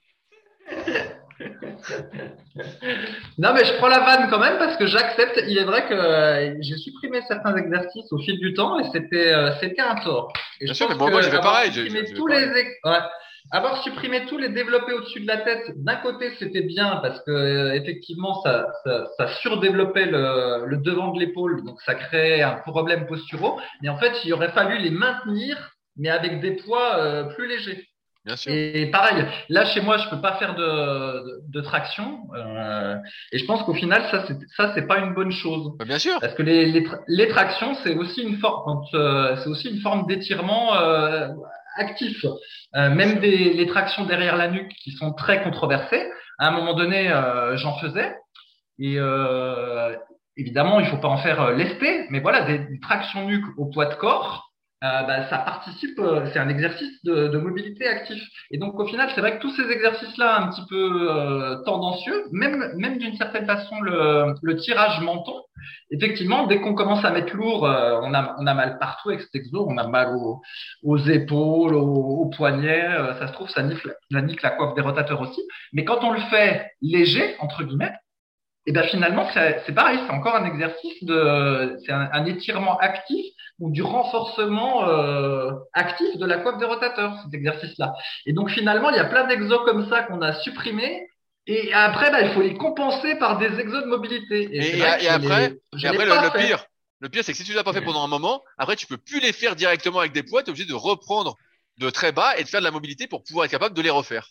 Non, mais je prends la vanne quand même parce que j'accepte. Il est vrai que euh, j'ai supprimé certains exercices au fil du temps et c'était euh, c'était un tort. Et Bien je sûr, mais pense moi, que moi j'ai fait avoir pareil, j'ai j'ai- supprimé j'ai fait tous les pareil. ex- ouais, avoir supprimé tous les développés au-dessus de la tête, d'un côté c'était bien parce que euh, effectivement ça, ça ça surdéveloppait le, le devant de l'épaule, donc ça créait un problème posturaux. Mais en fait, il aurait fallu les maintenir, mais avec des poids euh, plus légers. Bien sûr. Et pareil, là chez moi, je peux pas faire de, de, de traction, euh, et je pense qu'au final, ça, c'est, ça, c'est pas une bonne chose, Bah, bien sûr. parce que les, les, tra- les tractions, c'est aussi une forme, quand, euh, c'est aussi une forme d'étirement euh, actif. Euh, Bien même sûr. des, les tractions derrière la nuque, qui sont très controversées. À un moment donné, euh, j'en faisais, et euh, évidemment, il faut pas en faire euh, lesté, mais voilà, des, des tractions nuque au poids de corps, euh, bah, ça participe, euh, c'est un exercice de, de mobilité actif. Et donc, au final, c'est vrai que tous ces exercices-là, un petit peu euh, tendancieux, même, même d'une certaine façon, le, le tirage menton, effectivement, dès qu'on commence à mettre lourd, euh, on a, on a mal partout avec cet exo, on a mal aux, aux épaules, aux, aux poignets, euh, ça se trouve, ça nique, ça nique la coiffe des rotateurs aussi. Mais quand on le fait léger, entre guillemets, et bien finalement, c'est c'est pareil, c'est encore un exercice de, c'est un, un étirement actif ou du renforcement euh, actif de la coiffe des rotateurs, cet exercice-là. Et donc finalement, il y a plein d'exos comme ça qu'on a supprimés. Et après, bah, il faut les compenser par des exos de mobilité. Et c'est Et, et, vrai que et je après, l'ai, je et l'ai après le, pas le fait. pire, le pire, c'est que si tu l'as pas fait pendant un moment, après tu peux plus les faire directement avec des poids, tu es obligé de reprendre de très bas et de faire de la mobilité pour pouvoir être capable de les refaire.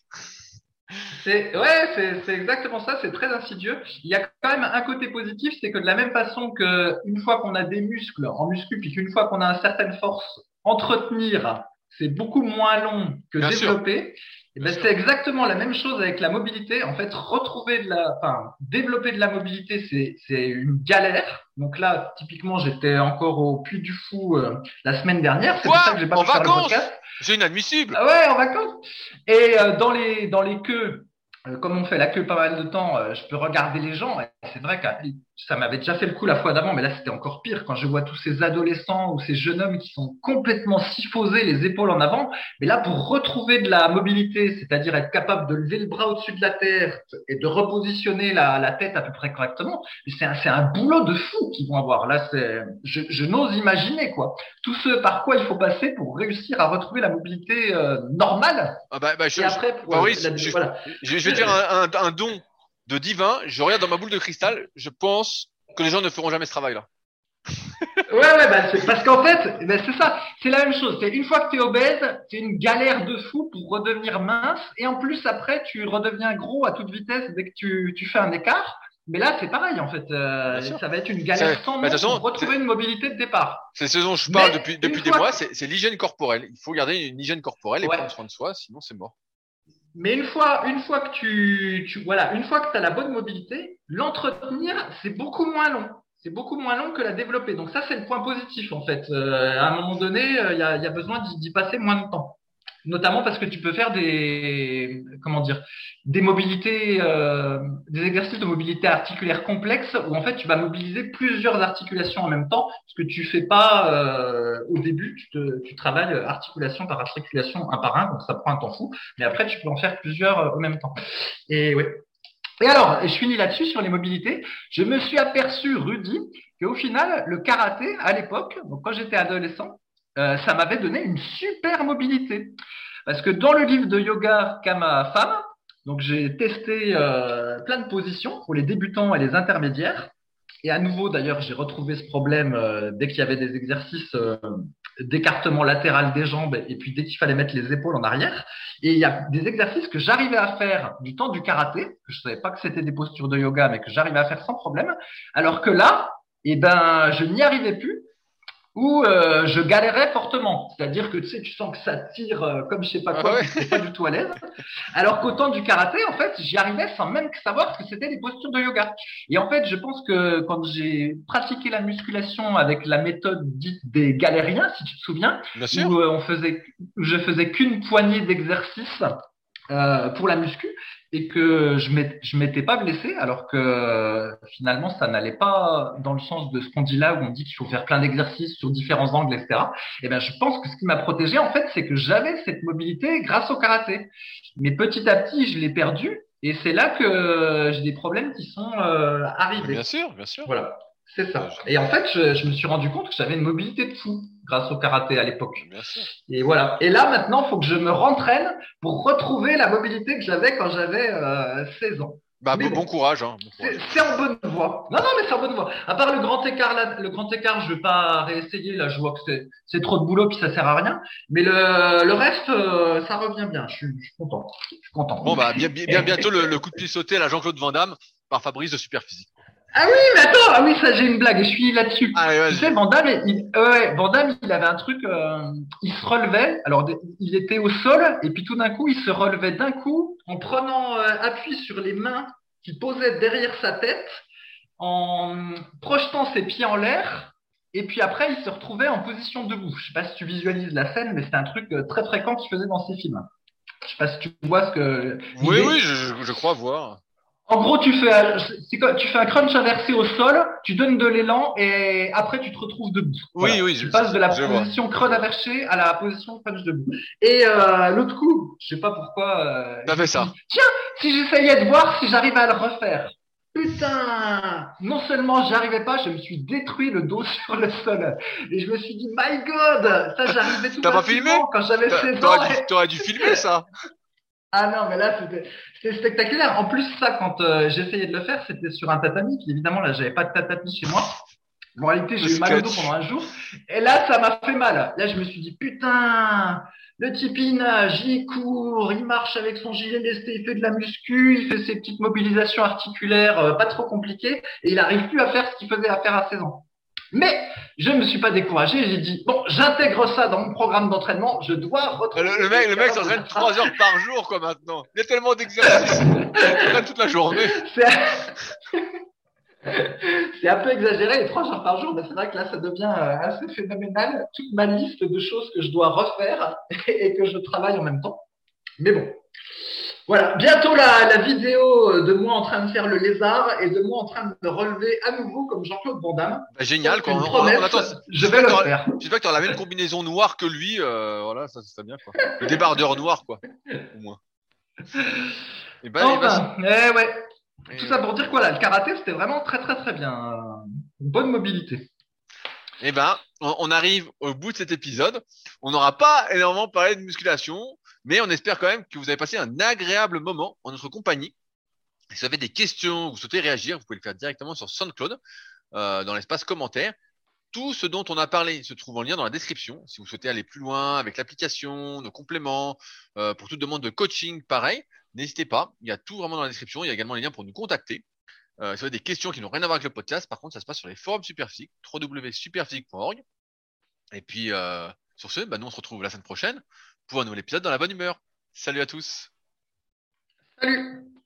C'est ouais, c'est c'est exactement ça. C'est très insidieux. Il y a quand même un côté positif, c'est que de la même façon que une fois qu'on a des muscles en muscu, puis qu'une fois qu'on a une certaine force, entretenir, c'est beaucoup moins long que Bien sûr, développer. Et bien ben sûr. c'est exactement la même chose avec la mobilité. En fait, retrouver de la, enfin, développer de la mobilité, c'est c'est une galère. Donc là, typiquement, j'étais encore au Puy du Fou euh, la semaine dernière. C'est pour ça Quoi? que j'ai pas En pu faire le podcast. vacances? C'est inadmissible. Ah ouais, en vacances. Et euh, dans les dans les queues, euh, comme on fait la queue pas mal de temps, euh, je peux regarder les gens. Et c'est vrai que ça m'avait déjà fait le coup la fois d'avant, mais là c'était encore pire quand je vois tous ces adolescents ou ces jeunes hommes qui sont complètement syphosés, les épaules en avant. Mais là, pour retrouver de la mobilité, c'est-à-dire être capable de lever le bras au-dessus de la terre et de repositionner la, la tête à peu près correctement, c'est un, c'est un boulot de fou qu'ils vont avoir. Là, c'est, je, je n'ose imaginer quoi. Tout ce par quoi il faut passer pour réussir à retrouver la mobilité euh, normale. Ah bah, bah, je, Et après, pour, bah oui, la, je, voilà. je, je vais dire un, un, un don de divin. Je regarde dans ma boule de cristal. Je pense que les gens ne feront jamais ce travail-là. Ouais, ouais, bah, c'est, parce qu'en fait, bah, c'est ça, c'est la même chose. C'est une fois que tu es obèse, c'est une galère de fou pour redevenir mince. Et en plus, après, tu redeviens gros à toute vitesse dès que tu, tu fais un écart. Mais là, c'est pareil, en fait. Euh, ça va être une galère c'est, sans nom bah, façon, pour retrouver une mobilité de départ. C'est ce dont je parle Mais depuis, depuis des fois mois. que... C'est, c'est l'hygiène corporelle. Il faut garder une hygiène corporelle et ouais. prendre soin de soi, sinon c'est mort. Mais une fois, une fois que tu, tu voilà, une fois que tu as la bonne mobilité, l'entretenir, c'est beaucoup moins long. C'est beaucoup moins long que la développer. Donc ça, c'est le point positif en fait. Euh, à un moment donné, il euh, y, a, y a besoin d'y, d'y passer moins de temps. Notamment parce que tu peux faire des, comment dire, des mobilités, euh, des exercices de mobilité articulaire complexes où en fait tu vas mobiliser plusieurs articulations en même temps, ce que tu fais pas euh, au début. Tu, te, tu travailles articulation par articulation, un par un, donc ça prend un temps fou. Mais après, tu peux en faire plusieurs euh, en même temps. Et oui. Et alors, je finis là-dessus sur les mobilités. Je me suis aperçu, Rudy, qu'au final, le karaté à l'époque, donc quand j'étais adolescent, Euh, ça m'avait donné une super mobilité. Parce que dans le livre de yoga Kama Femme, donc j'ai testé euh, plein de positions pour les débutants et les intermédiaires. Et à nouveau, d'ailleurs, j'ai retrouvé ce problème euh, dès qu'il y avait des exercices euh, d'écartement latéral des jambes et puis dès qu'il fallait mettre les épaules en arrière. Et il y a des exercices que j'arrivais à faire du temps du karaté, que je savais pas que c'était des postures de yoga, mais que j'arrivais à faire sans problème. Alors que là, eh ben, je n'y arrivais plus. Où euh, je galérais fortement, c'est-à-dire que tu sais, tu sens que ça tire euh, comme je sais pas quoi, Ah ouais. tu n'es pas du tout à l'aise. Alors qu'au temps du karaté, en fait, j'y arrivais sans même savoir que c'était des postures de yoga. Et en fait, je pense que quand j'ai pratiqué la musculation avec la méthode dite des galériens, si tu te souviens, où euh, on faisait, où je faisais qu'une poignée d'exercices euh, pour la muscu, et que je m'étais, je m'étais pas blessé, alors que euh, finalement ça n'allait pas dans le sens de ce qu'on dit là, où on dit qu'il faut faire plein d'exercices sur différents angles, et cetera. Et ben je pense que ce qui m'a protégé en fait, c'est que j'avais cette mobilité grâce au karaté. Mais petit à petit, je l'ai perdu, et c'est là que euh, j'ai des problèmes qui sont euh, arrivés. Bien sûr, bien sûr. Voilà, c'est ça. Et en fait, je, je me suis rendu compte que j'avais une mobilité de fou grâce au karaté à l'époque. Bien sûr. Et voilà. Et là, maintenant, il faut que je me rentraîne pour retrouver la mobilité que j'avais quand j'avais euh, seize ans. Bah, mais bon, bon, bon courage. Hein. Bon courage. C'est, c'est en bonne voie. Non, non, mais c'est en bonne voie. À part le grand écart, là, le grand écart, je vais pas réessayer. Là, je vois que c'est, c'est trop de boulot puis ça sert à rien. Mais le, le reste, euh, ça revient bien. Je suis, je suis content. Je suis content. Bon, bah, bien, bien, bientôt le, le coup de pied sauté à la Jean-Claude Van Damme par Fabrice de Superphysique. Ah oui, mais attends, ah oui, ça j'ai une blague, je suis là-dessus. Allez, vas-y. Tu sais, Van Damme, il, ouais, Van Damme, il avait un truc, euh, il se relevait, alors il était au sol, et puis tout d'un coup, il se relevait d'un coup en prenant euh, appui sur les mains qu'il posait derrière sa tête, en projetant ses pieds en l'air, et puis après, il se retrouvait en position debout. Je sais pas si tu visualises la scène, mais c'est un truc euh, très fréquent qu'il faisait dans ses films. Je sais pas si tu vois ce que... Oui, l'idée. oui, je, je crois voir. En gros, tu fais, un, c'est quoi, tu fais un crunch inversé au sol, tu donnes de l'élan et après tu te retrouves debout. Oui, voilà. oui. Tu je, passes de la je position crunch inversé à la position crunch debout. Et euh, l'autre coup, je sais pas pourquoi. Euh, T'as fait ça. Dit, tiens, si j'essayais de voir si j'arrivais à le refaire. Putain, non seulement j'arrivais pas, je me suis détruit le dos sur le sol. Et je me suis dit, my God, ça j'arrivais tout T'as pas filmé quand j'avais seize ans. T'aurais dû, t'aurais dû filmer ça. Ah non, mais là, c'était, c'était spectaculaire. En plus, ça, quand euh, j'essayais de le faire, c'était sur un tatami. Puis évidemment, là, j'avais pas de tatami chez moi. En réalité, j'ai eu mal au dos pendant un jour. Et là, ça m'a fait mal. Là, je me suis dit, putain, le type, il nage, il court, il marche avec son gilet lesté, il fait de la muscu, il fait ses petites mobilisations articulaires euh, pas trop compliquées. Et il arrive plus à faire ce qu'il faisait à faire à seize ans. Mais je ne me suis pas découragé, j'ai dit, bon, j'intègre ça dans mon programme d'entraînement, je dois retrouver... Le, le mec, le mec s'entraîne trois heures par jour, quoi, maintenant. Il y a tellement d'exercices. Il s'entraîne toute la journée. C'est... c'est un peu exagéré, les trois heures par jour, mais c'est vrai que là, ça devient assez phénoménal. Toute ma liste de choses que je dois refaire et que je travaille en même temps. Mais bon. Voilà, bientôt la, la vidéo de moi en train de faire le lézard et de moi en train de me relever à nouveau comme Jean-Claude Van Damme. Bah, génial, quoi. Une On, on- on promesse, attend. je vais J'espère que le t'auras, faire. j'espère que t'auras la même combinaison noire que lui. Euh, voilà, ça, ça serait bien, quoi. Le débardeur noir, quoi. Au moins. Et ben, et ben, Enfin, eh ouais. Tout et, ça pour dire quoi là, le karaté c'était vraiment très très très bien. Euh, Une bonne mobilité. eh ben, on, on arrive au bout de cet épisode. On n'aura pas énormément parlé de musculation, mais on espère quand même que vous avez passé un agréable moment en notre compagnie. Si vous avez des questions, vous souhaitez réagir, vous pouvez le faire directement sur SoundCloud, euh, dans l'espace commentaire. Tout ce dont on a parlé se trouve en lien dans la description. Si vous souhaitez aller plus loin avec l'application, nos compléments, euh, pour toute demande de coaching, pareil, n'hésitez pas. Il y a tout vraiment dans la description. Il y a également les liens pour nous contacter. Euh, si vous avez des questions qui n'ont rien à voir avec le podcast, par contre, ça se passe sur les forums Superphysique, w w w point superphysique point org. Et puis, euh, sur ce, bah, nous, on se retrouve la semaine prochaine pour un nouvel épisode dans la bonne humeur. Salut à tous! Salut!